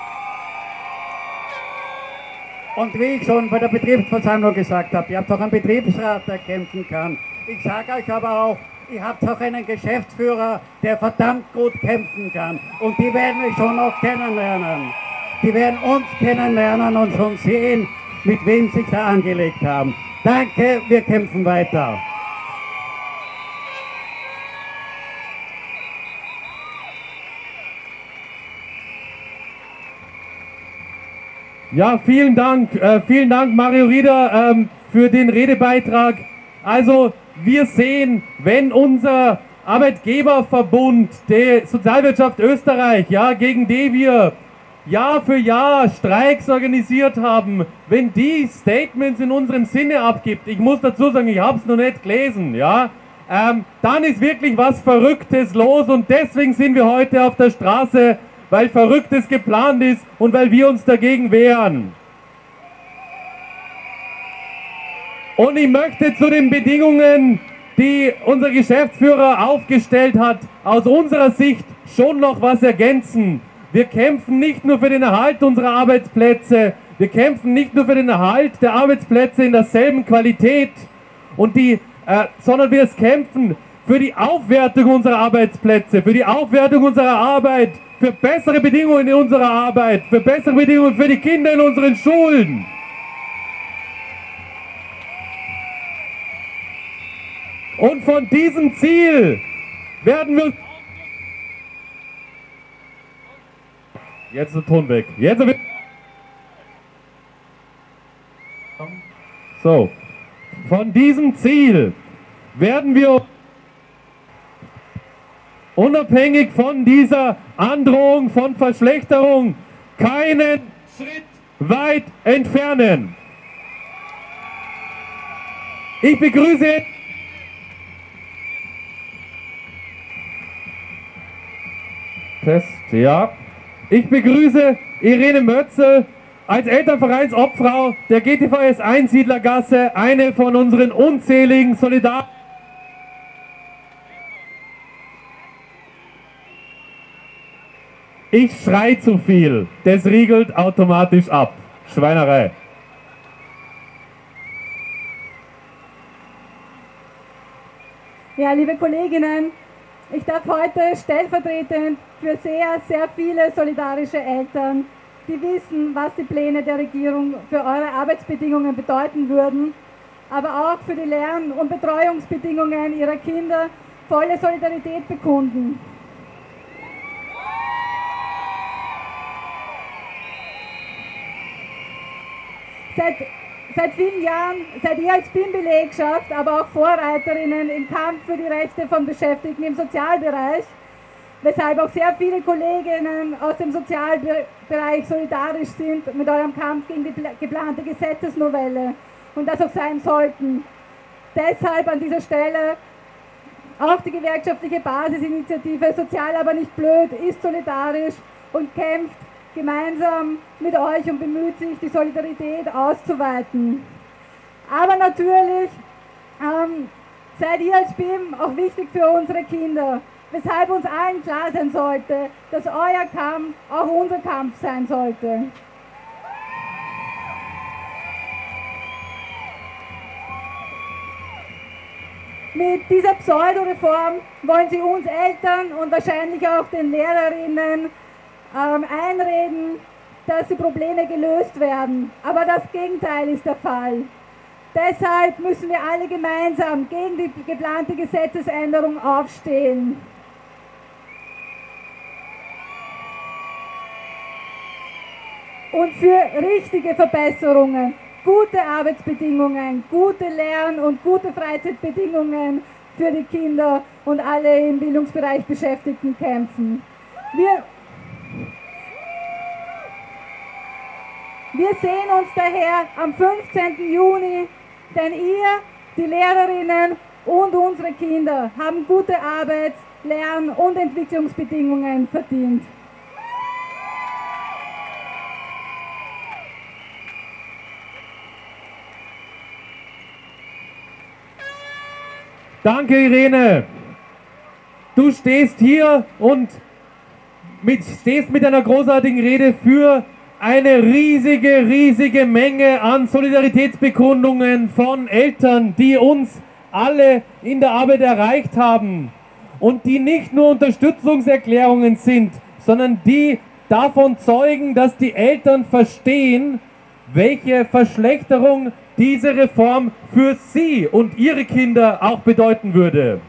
K: Und wie ich schon bei der Betriebsversammlung gesagt habe, ihr habt auch einen Betriebsrat, der kämpfen kann. Ich sage euch aber auch, ihr habt auch einen Geschäftsführer, der verdammt gut kämpfen kann. Und die werden wir schon noch kennenlernen. Die werden uns kennenlernen und schon sehen, mit wem sich da angelegt haben. Danke, wir kämpfen weiter.
A: Ja, vielen Dank Mario Rieder für den Redebeitrag. Also wir sehen, wenn unser Arbeitgeberverbund, der Sozialwirtschaft Österreich, ja, gegen die wir Jahr für Jahr Streiks organisiert haben, wenn die Statements in unserem Sinne abgibt, ich muss dazu sagen, ich habe es noch nicht gelesen, ja, dann ist wirklich was Verrücktes los und deswegen sind wir heute auf der Straße, weil Verrücktes geplant ist und weil wir uns dagegen wehren. Und ich möchte zu den Bedingungen, die unser Geschäftsführer aufgestellt hat, aus unserer Sicht schon noch was ergänzen. Wir kämpfen nicht nur für den Erhalt unserer Arbeitsplätze, wir kämpfen nicht nur für den Erhalt der Arbeitsplätze in derselben Qualität, sondern wir kämpfen für die Aufwertung unserer Arbeitsplätze, für die Aufwertung unserer Arbeit, für bessere Bedingungen in unserer Arbeit, für bessere Bedingungen für die Kinder in unseren Schulen. Und von diesem Ziel werden wir... Jetzt ist der Ton weg. Jetzt... So. Von diesem Ziel werden wir unabhängig von dieser Androhung von Verschlechterung keinen Schritt weit entfernen. Ich begrüße Ich begrüße Irene Mötzel als Elternvereinsobfrau der GTVS Einsiedlergasse, eine von unseren unzähligen Solidar... Ich schrei zu viel, das riegelt automatisch ab. Schweinerei.
L: Ja, liebe Kolleginnen, ich darf heute stellvertretend für sehr, sehr viele solidarische Eltern, die wissen, was die Pläne der Regierung für eure Arbeitsbedingungen bedeuten würden, aber auch für die Lern- und Betreuungsbedingungen ihrer Kinder volle Solidarität bekunden. Seit vielen Jahren seid ihr als BIM-Belegschaft, aber auch Vorreiterinnen im Kampf für die Rechte von Beschäftigten im Sozialbereich, weshalb auch sehr viele Kolleginnen aus dem Sozialbereich solidarisch sind mit eurem Kampf gegen die geplante Gesetzesnovelle und das auch sein sollten. Deshalb an dieser Stelle auch die gewerkschaftliche Basisinitiative Sozial aber nicht blöd ist solidarisch und kämpft gemeinsam mit euch und bemüht sich, die Solidarität auszuweiten. Aber natürlich seid ihr als BIM auch wichtig für unsere Kinder, weshalb uns allen klar sein sollte, dass euer Kampf auch unser Kampf sein sollte. Mit dieser Pseudoreform wollen sie uns Eltern und wahrscheinlich auch den Lehrerinnen einreden, dass die Probleme gelöst werden. Aber das Gegenteil ist der Fall. Deshalb müssen wir alle gemeinsam gegen die geplante Gesetzesänderung aufstehen. Und für richtige Verbesserungen, gute Arbeitsbedingungen, gute Lern- und gute Freizeitbedingungen für die Kinder und alle im Bildungsbereich Beschäftigten kämpfen. Wir sehen uns daher am 15. Juni, denn ihr, die Lehrerinnen und unsere Kinder, haben gute Arbeits-, Lern- und Entwicklungsbedingungen verdient.
A: Danke, Irene. Du stehst hier und stehst mit einer großartigen Rede für eine riesige Menge an Solidaritätsbekundungen von Eltern, die uns alle in der Arbeit erreicht haben und die nicht nur Unterstützungserklärungen sind, sondern die davon zeugen, dass die Eltern verstehen, welche Verschlechterung diese Reform für sie und ihre Kinder auch bedeuten würde.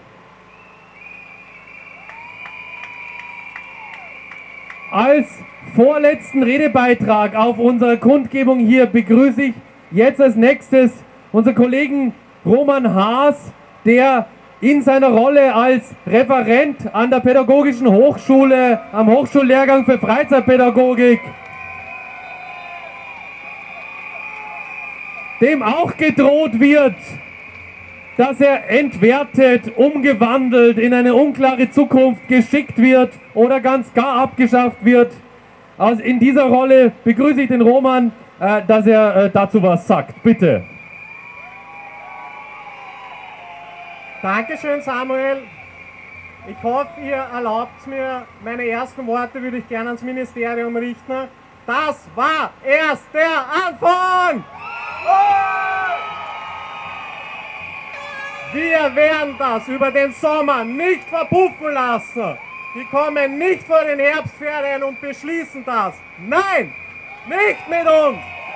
A: Als vorletzten Redebeitrag auf unserer Kundgebung hier begrüße ich jetzt als nächstes unseren Kollegen Roman Haas, der in seiner Rolle als Referent an der Pädagogischen Hochschule, am Hochschullehrgang für Freizeitpädagogik, dem auch gedroht wird, dass er entwertet, umgewandelt, in eine unklare Zukunft geschickt wird oder ganz gar abgeschafft wird. Also in dieser Rolle begrüße ich den Roman, dass er dazu was sagt. Bitte.
E: Dankeschön, Samuel. Ich hoffe, ihr erlaubt mir, meine ersten Worte würde ich gerne ans Ministerium richten. Das war erst der Anfang! Wir werden das über den Sommer nicht verpuffen lassen. Die kommen nicht vor den Herbstferien und beschließen das. Nein, nicht mit uns!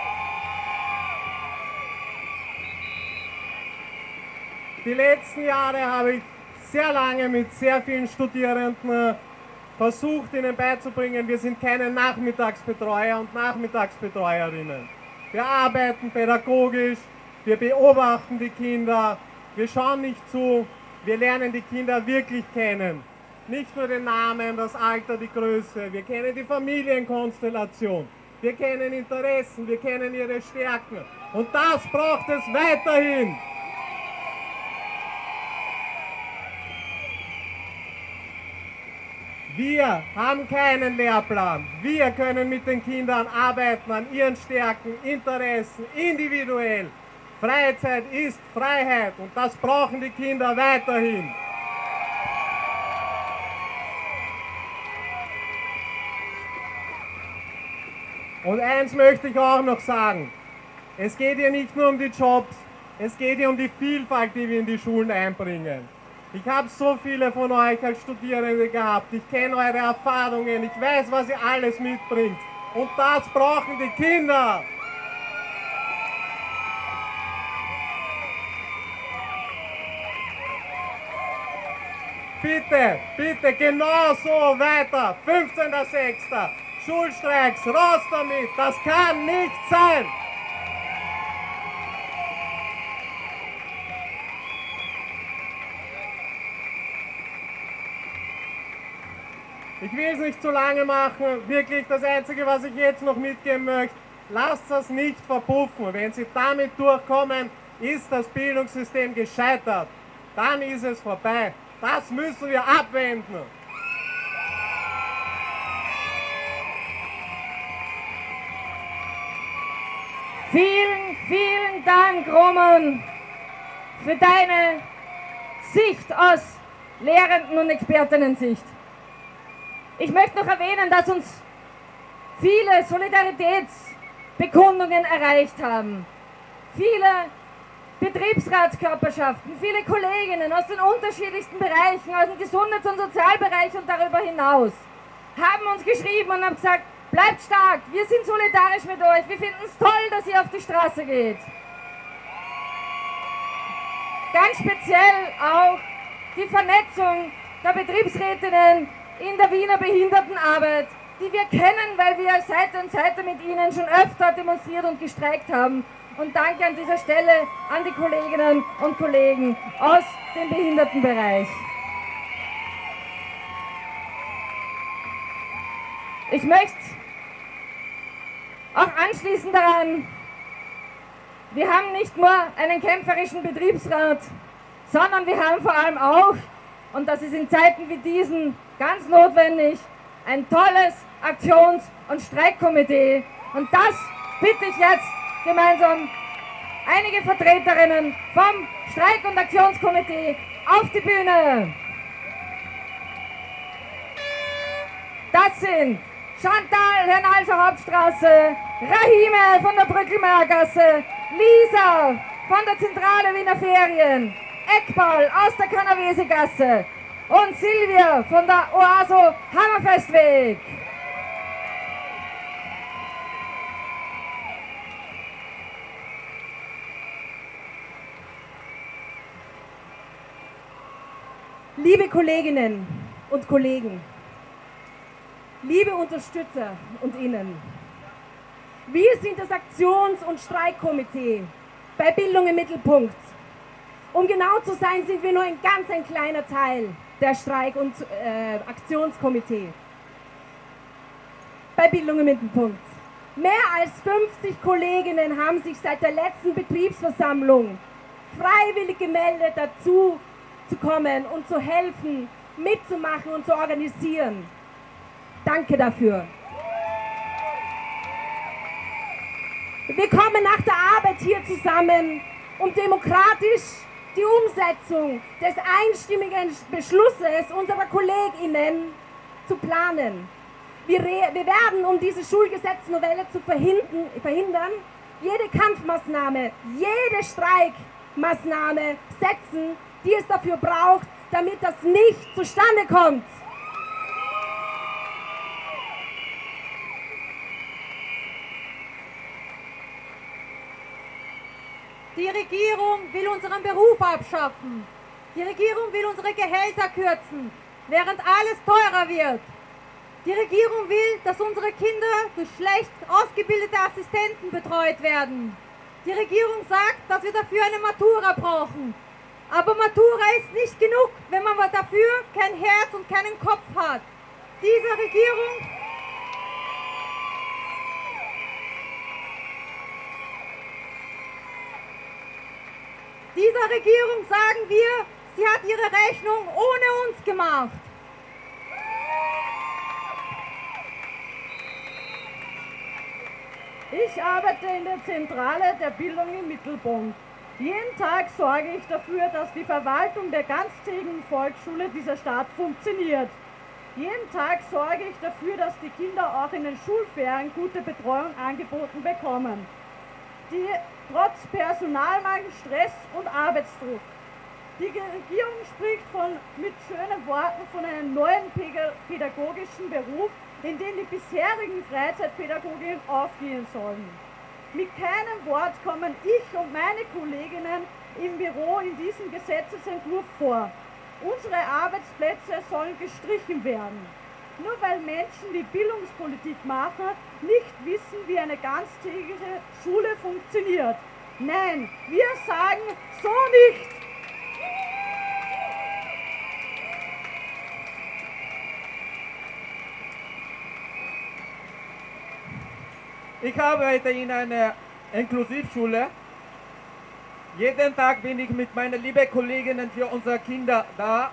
E: Die letzten Jahre habe ich sehr lange mit sehr vielen Studierenden versucht, ihnen beizubringen, wir sind keine Nachmittagsbetreuer und Nachmittagsbetreuerinnen. Wir arbeiten pädagogisch, wir beobachten die Kinder, wir schauen nicht zu, wir lernen die Kinder wirklich kennen. Nicht nur den Namen, das Alter, die Größe, wir kennen die Familienkonstellation, wir kennen Interessen, wir kennen ihre Stärken. Und das braucht es weiterhin. Wir haben keinen Lehrplan. Wir können mit den Kindern arbeiten an ihren Stärken, Interessen, individuell. Freizeit ist Freiheit und das brauchen die Kinder weiterhin. Und eins möchte ich auch noch sagen. Es geht hier nicht nur um die Jobs, es geht hier um die Vielfalt, die wir in die Schulen einbringen. Ich habe so viele von euch als Studierende gehabt. Ich kenne eure Erfahrungen. Ich weiß, was ihr alles mitbringt. Und das brauchen die Kinder. Bitte, bitte, genau so weiter. 15.06. Schulstreiks, raus damit. Das kann nicht sein. Ich will es nicht zu lange machen, wirklich das Einzige, was ich jetzt noch mitgeben möchte, lasst das nicht verpuffen. Wenn Sie damit durchkommen, ist das Bildungssystem gescheitert. Dann ist es vorbei. Das müssen wir abwenden.
G: Vielen, vielen Dank, Roman, für deine Sicht aus Lehrenden- und Expertinnen-Sicht. Ich möchte noch erwähnen, dass uns viele Solidaritätsbekundungen erreicht haben. Viele Betriebsratskörperschaften, viele Kolleginnen aus den unterschiedlichsten Bereichen, aus dem Gesundheits- und Sozialbereich und darüber hinaus, haben uns geschrieben und haben gesagt, bleibt stark, wir sind solidarisch mit euch, wir finden es toll, dass ihr auf die Straße geht. Ganz speziell auch die Vernetzung der Betriebsrätinnen in der Wiener Behindertenarbeit, die wir kennen, weil wir Seite an Seite mit ihnen schon öfter demonstriert und gestreikt haben. Und danke an dieser Stelle an die Kolleginnen und Kollegen aus dem Behindertenbereich. Ich möchte auch anschließen daran, wir haben nicht nur einen kämpferischen Betriebsrat, sondern wir haben vor allem auch, und das ist in Zeiten wie diesen ganz notwendig, ein tolles Aktions- und Streikkomitee. Und das bitte ich jetzt gemeinsam einige Vertreterinnen vom Streik- und Aktionskomitee auf die Bühne. Das sind Chantal, Hernalser Hauptstraße, Rahime von der Brückelmeiergasse, Lisa von der Zentrale Wiener Ferien, Eckball aus der Canavesegasse und Silvia von der Oaso Hammerfestweg.
D: Liebe Kolleginnen und Kollegen, liebe Unterstützer und Innen, wir sind das Aktions- und Streikkomitee bei Bildung im Mittelpunkt. Um genau zu sein, sind wir nur ein ganz kleiner Teil der Streik- und Aktionskomitee bei Bildung im Mittelpunkt. Mehr als 50 Kolleginnen haben sich seit der letzten Betriebsversammlung freiwillig gemeldet, dazu zu kommen und zu helfen, mitzumachen und zu organisieren. Danke dafür. Wir kommen nach der Arbeit hier zusammen, um demokratisch die Umsetzung des einstimmigen Beschlusses unserer KollegInnen zu planen. Wir werden, um diese Schulgesetznovelle zu verhindern, jede Kampfmaßnahme, jede Streikmaßnahme setzen, die es dafür braucht, damit das nicht zustande kommt.
M: Die Regierung will unseren Beruf abschaffen. Die Regierung will unsere Gehälter kürzen, während alles teurer wird. Die Regierung will, dass unsere Kinder durch schlecht ausgebildete Assistenten betreut werden. Die Regierung sagt, dass wir dafür eine Matura brauchen. Aber Matura ist nicht genug, wenn man dafür kein Herz und keinen Kopf hat. Dieser Regierung sagen wir, sie hat ihre Rechnung ohne uns gemacht.
N: Ich arbeite in der Zentrale der Bildung im Mittelpunkt. Jeden Tag sorge ich dafür, dass die Verwaltung der ganztägigen Volksschule dieser Stadt funktioniert. Jeden Tag sorge ich dafür, dass die Kinder auch in den Schulferien gute Betreuung angeboten bekommen. Die trotz Personalmangel, Stress und Arbeitsdruck. Die Regierung spricht mit schönen Worten von einem neuen pädagogischen Beruf, in dem die bisherigen Freizeitpädagoginnen aufgehen sollen. Mit keinem Wort kommen ich und meine Kolleginnen im Büro in diesem Gesetzesentwurf vor. Unsere Arbeitsplätze sollen gestrichen werden. Nur weil Menschen, die Bildungspolitik machen, nicht wissen, wie eine ganztägige Schule funktioniert. Nein, wir sagen so nicht!
O: Ich arbeite in einer Inklusivschule. Jeden Tag bin ich mit meinen lieben Kolleginnen für unsere Kinder da.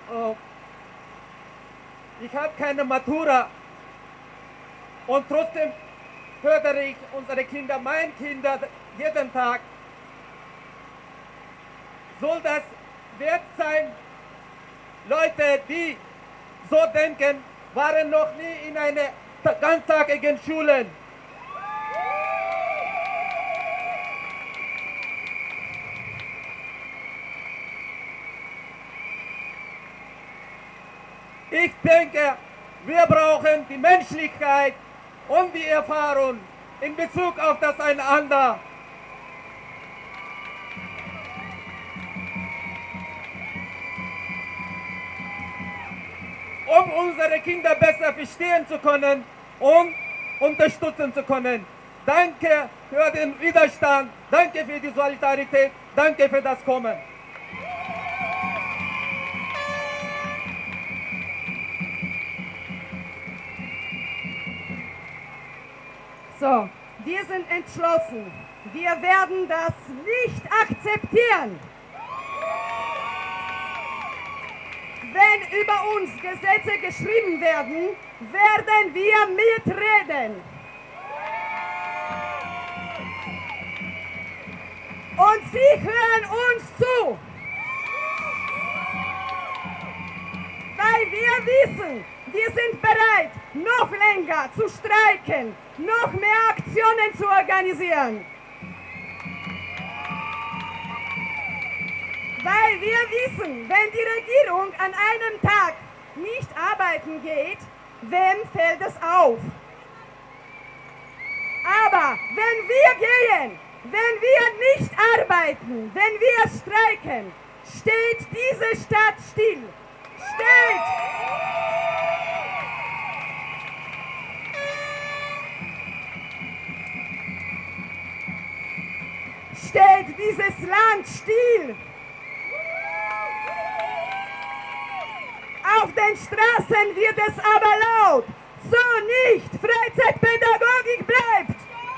O: Ich habe keine Matura und trotzdem fördere ich unsere Kinder, meine Kinder, jeden Tag. Soll das wert sein? Leute, die so denken, waren noch nie in einer ganztagigen Schule. Ich denke, wir brauchen die Menschlichkeit und die Erfahrung in Bezug auf das Einander. Um unsere Kinder besser verstehen zu können und unterstützen zu können. Danke für den Widerstand, danke für die Solidarität, danke für das Kommen.
N: So, wir sind entschlossen. Wir werden das nicht akzeptieren. Wenn über uns Gesetze geschrieben werden, werden wir mitreden. Und Sie hören uns zu. Weil wir wissen, wir sind bereit, noch länger zu streiken, noch mehr Aktionen zu organisieren. Weil wir wissen, wenn die Regierung an einem Tag nicht arbeiten geht, wem fällt es auf? Aber wenn wir gehen, wenn wir nicht arbeiten, wenn wir streiken, steht diese Stadt still. Steht dieses Land still? Auf den Straßen wird es aber laut. So nicht! Freizeitpädagogik bleibt!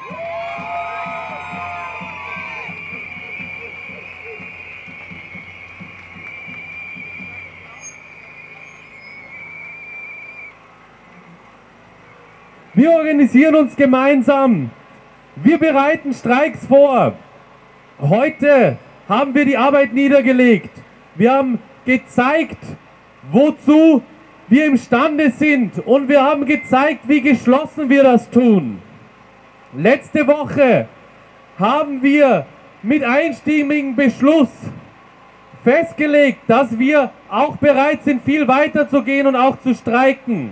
A: Wir organisieren uns gemeinsam. Wir bereiten Streiks vor. Heute haben wir die Arbeit niedergelegt. Wir haben gezeigt, wozu wir imstande sind, und wir haben gezeigt, wie geschlossen wir das tun. Letzte Woche haben wir mit einstimmigem Beschluss festgelegt, dass wir auch bereit sind, viel weiter zu gehen und auch zu streiken.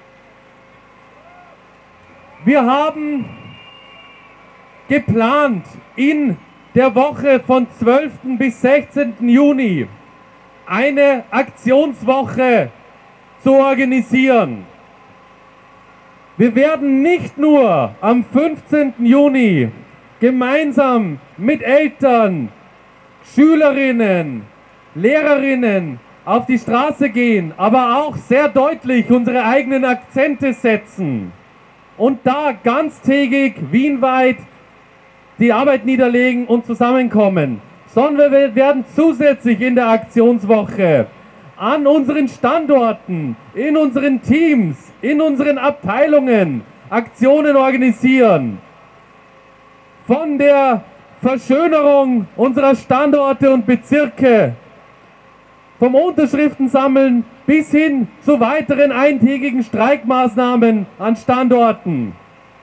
A: Wir haben geplant, in der Woche von 12. bis 16. Juni eine Aktionswoche zu organisieren. Wir werden nicht nur am 15. Juni gemeinsam mit Eltern, Schülerinnen, Lehrerinnen auf die Straße gehen, aber auch sehr deutlich unsere eigenen Akzente setzen und da ganztägig wienweit die Arbeit niederlegen und zusammenkommen, sondern wir werden zusätzlich in der Aktionswoche an unseren Standorten, in unseren Teams, in unseren Abteilungen Aktionen organisieren. Von der Verschönerung unserer Standorte und Bezirke, vom Unterschriftensammeln bis hin zu weiteren eintägigen Streikmaßnahmen an Standorten.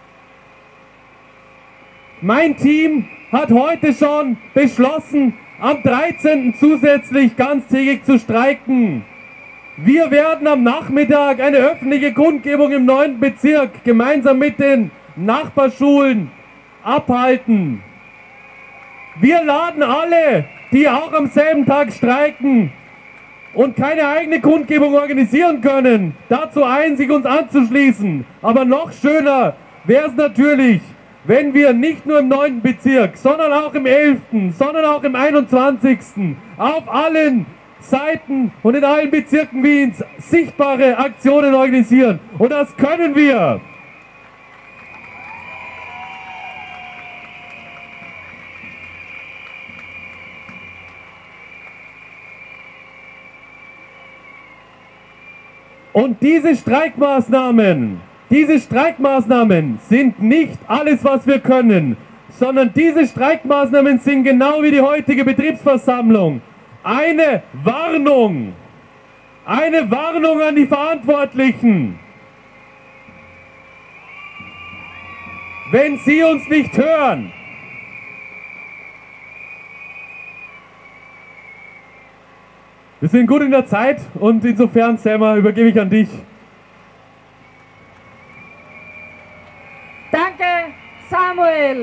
A: Mein Team hat heute schon beschlossen, am 13. zusätzlich ganztägig zu streiken. Wir werden am Nachmittag eine öffentliche Kundgebung im 9. Bezirk gemeinsam mit den Nachbarschulen abhalten. Wir laden alle, die auch am selben Tag streiken und keine eigene Kundgebung organisieren können, dazu ein, sich uns anzuschließen. Aber noch schöner wäre es natürlich, wenn wir nicht nur im 9. Bezirk, sondern auch im 11., sondern auch im 21. auf allen Seiten und in allen Bezirken Wiens sichtbare Aktionen organisieren. Und das können wir. Und diese Streikmaßnahmen sind nicht alles, was wir können, sondern diese Streikmaßnahmen sind genau wie die heutige Betriebsversammlung eine Warnung an die Verantwortlichen. Wenn sie uns nicht hören, wir sind gut in der Zeit und insofern, Selma, übergebe ich an dich.
G: Danke, Samuel.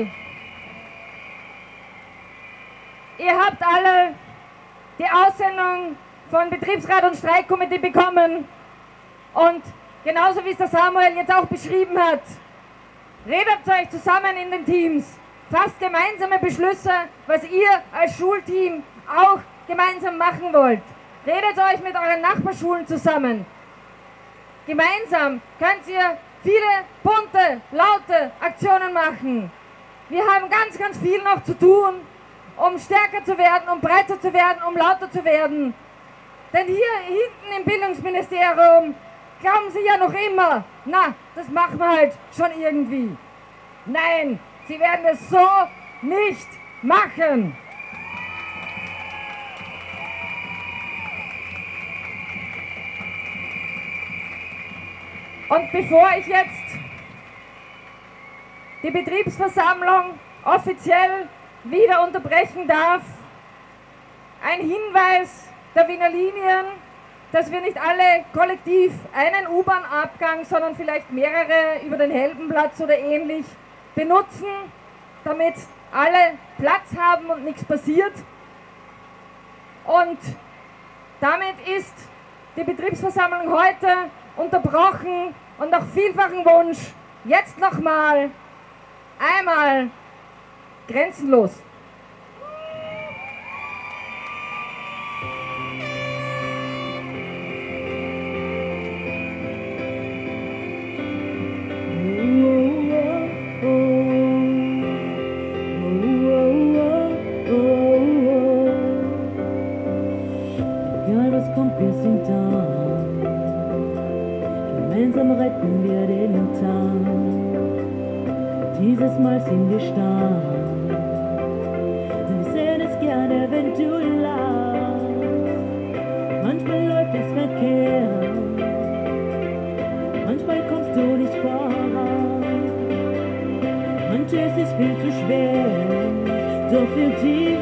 G: Ihr habt alle die Aussendung von Betriebsrat und Streikkomitee bekommen und genauso wie es der Samuel jetzt auch beschrieben hat, redet euch zusammen in den Teams, fasst gemeinsame Beschlüsse, was ihr als Schulteam auch gemeinsam machen wollt. Redet euch mit euren Nachbarschulen zusammen. Gemeinsam könnt ihr viele bunte, laute Aktionen machen. Wir haben ganz, ganz viel noch zu tun, um stärker zu werden, um breiter zu werden, um lauter zu werden. Denn hier hinten im Bildungsministerium glauben sie ja noch immer, na, das machen wir halt schon irgendwie. Nein, sie werden es so nicht machen. Und bevor ich jetzt die Betriebsversammlung offiziell wieder unterbrechen darf, ein Hinweis der Wiener Linien, dass wir nicht alle kollektiv einen U-Bahn-Abgang, sondern vielleicht mehrere über den Heldenplatz oder ähnlich benutzen, damit alle Platz haben und nichts passiert. Und damit ist die Betriebsversammlung heute unterbrochen und nach vielfachen Wunsch jetzt nochmal einmal grenzenlos.
H: Egal was kommt, wir sind da. Gemeinsam retten wir den Tag. Dieses Mal sind wir stark. Denn wir sehen es gerne, wenn du lachst. Manchmal läuft es verkehrt. Manchmal kommst du nicht voran. Manches ist viel zu schwer. Doch für dich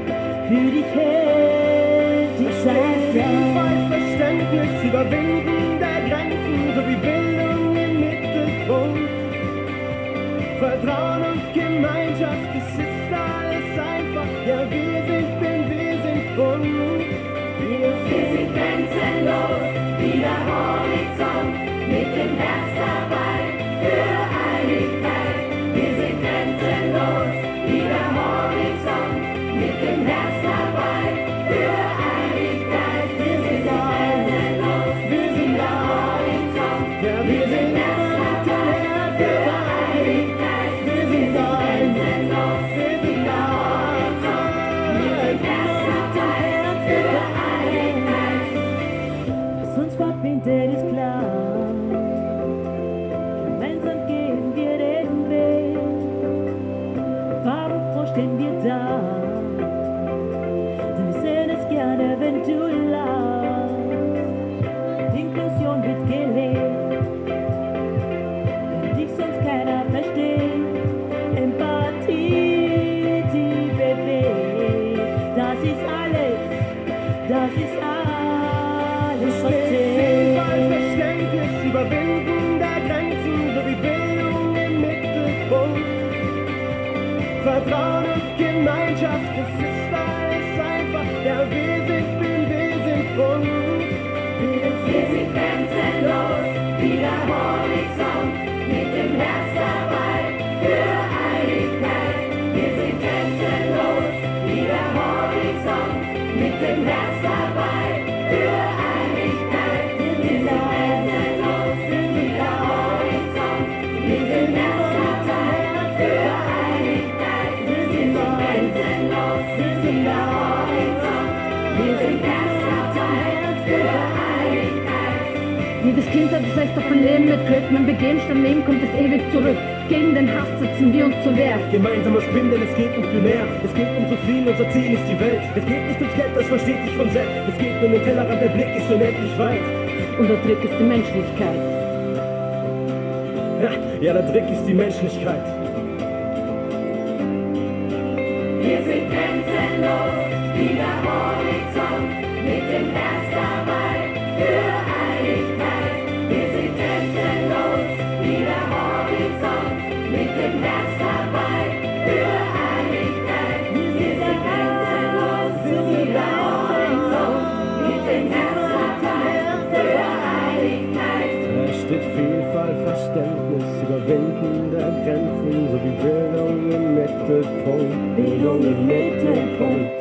H: hält die Zeit.
J: Verständnis, Überwinden der Grenzen sowie Bildung im Mittelpunkt. Vertrauen und Gemeinschaft, es ist alles einfach. Ja, wir sind bunt. Wir sind grenzenlos, wie der Horizont, mit dem Herz dabei für Einigkeit. Wir sind grenzenlos, wie der Horizont, mit dem Herz dabei für Einigkeit. Wir sind grenzenlos, wir sind der Horizont, ja, wir sind Herz dabei für Einigkeit. Wir sind grenzenlos, wir sind der Horizont, wir sind Herz dabei für Einigkeit.
H: Was uns verbindet, ist klar. Gemeinsam gehen wir den Weg. Farbenfroh stehen wir da. Denn wir sehen es gerne, wenn du lachst. Inklusion wird gelebt. Wenn dich sonst keiner versteht. Empathie, die bewegt. Das ist alles, was zählt.
J: Verständnis, Überwinden der Grenzen sowie Bildung im Mittelpunkt. Vertrauen und Gemeinschaft, es ist alles einfach. Ja, wir sind bunt. Wir sind grenzenlos, wie der Horizont, mit dem Herz dabei für Einigkeit. Wir sind grenzenlos, wie der Horizont, mit dem Herz dabei für Einigkeit. Wir sind grenzenlos, wie der Horizont, mit dem Herz dabei für Einigkeit. Wir sind grenzenlos, wie der Horizont, wir sind Herz dabei für Einigkeit.
I: Jedes Kind hat das Recht auf ein Leben mit Glück. Wenn wir gehen, statt nehmen, kommt es ewig zurück. Gegen den Hass setzen wir uns zur Wehr.
J: Gemeinsam was binden, es geht um viel mehr. Es geht um so viel, unser Ziel ist die Welt. Es geht nicht ums Geld, das versteht sich von selbst. Es geht um den Tellerrand, der Blick ist unendlich weit.
I: Und der Trick ist die Menschlichkeit.
J: Ja, der Trick ist die Menschlichkeit.
H: Wir sind grenzenlos, wie der Horizont, mit dem Herz dabei für Einigkeit. Wir sind grenzenlos, wie der Horizont, mit dem Herz dabei für Einigkeit. Wir sind grenzenlos, wie der Horizont, mit dem Herz dabei für Einigkeit.
J: Da steht Vielfalt, Verständnis, Überwinden der Grenzen sowie Bildung im Mittelpunkt. Bildung im Mittelpunkt.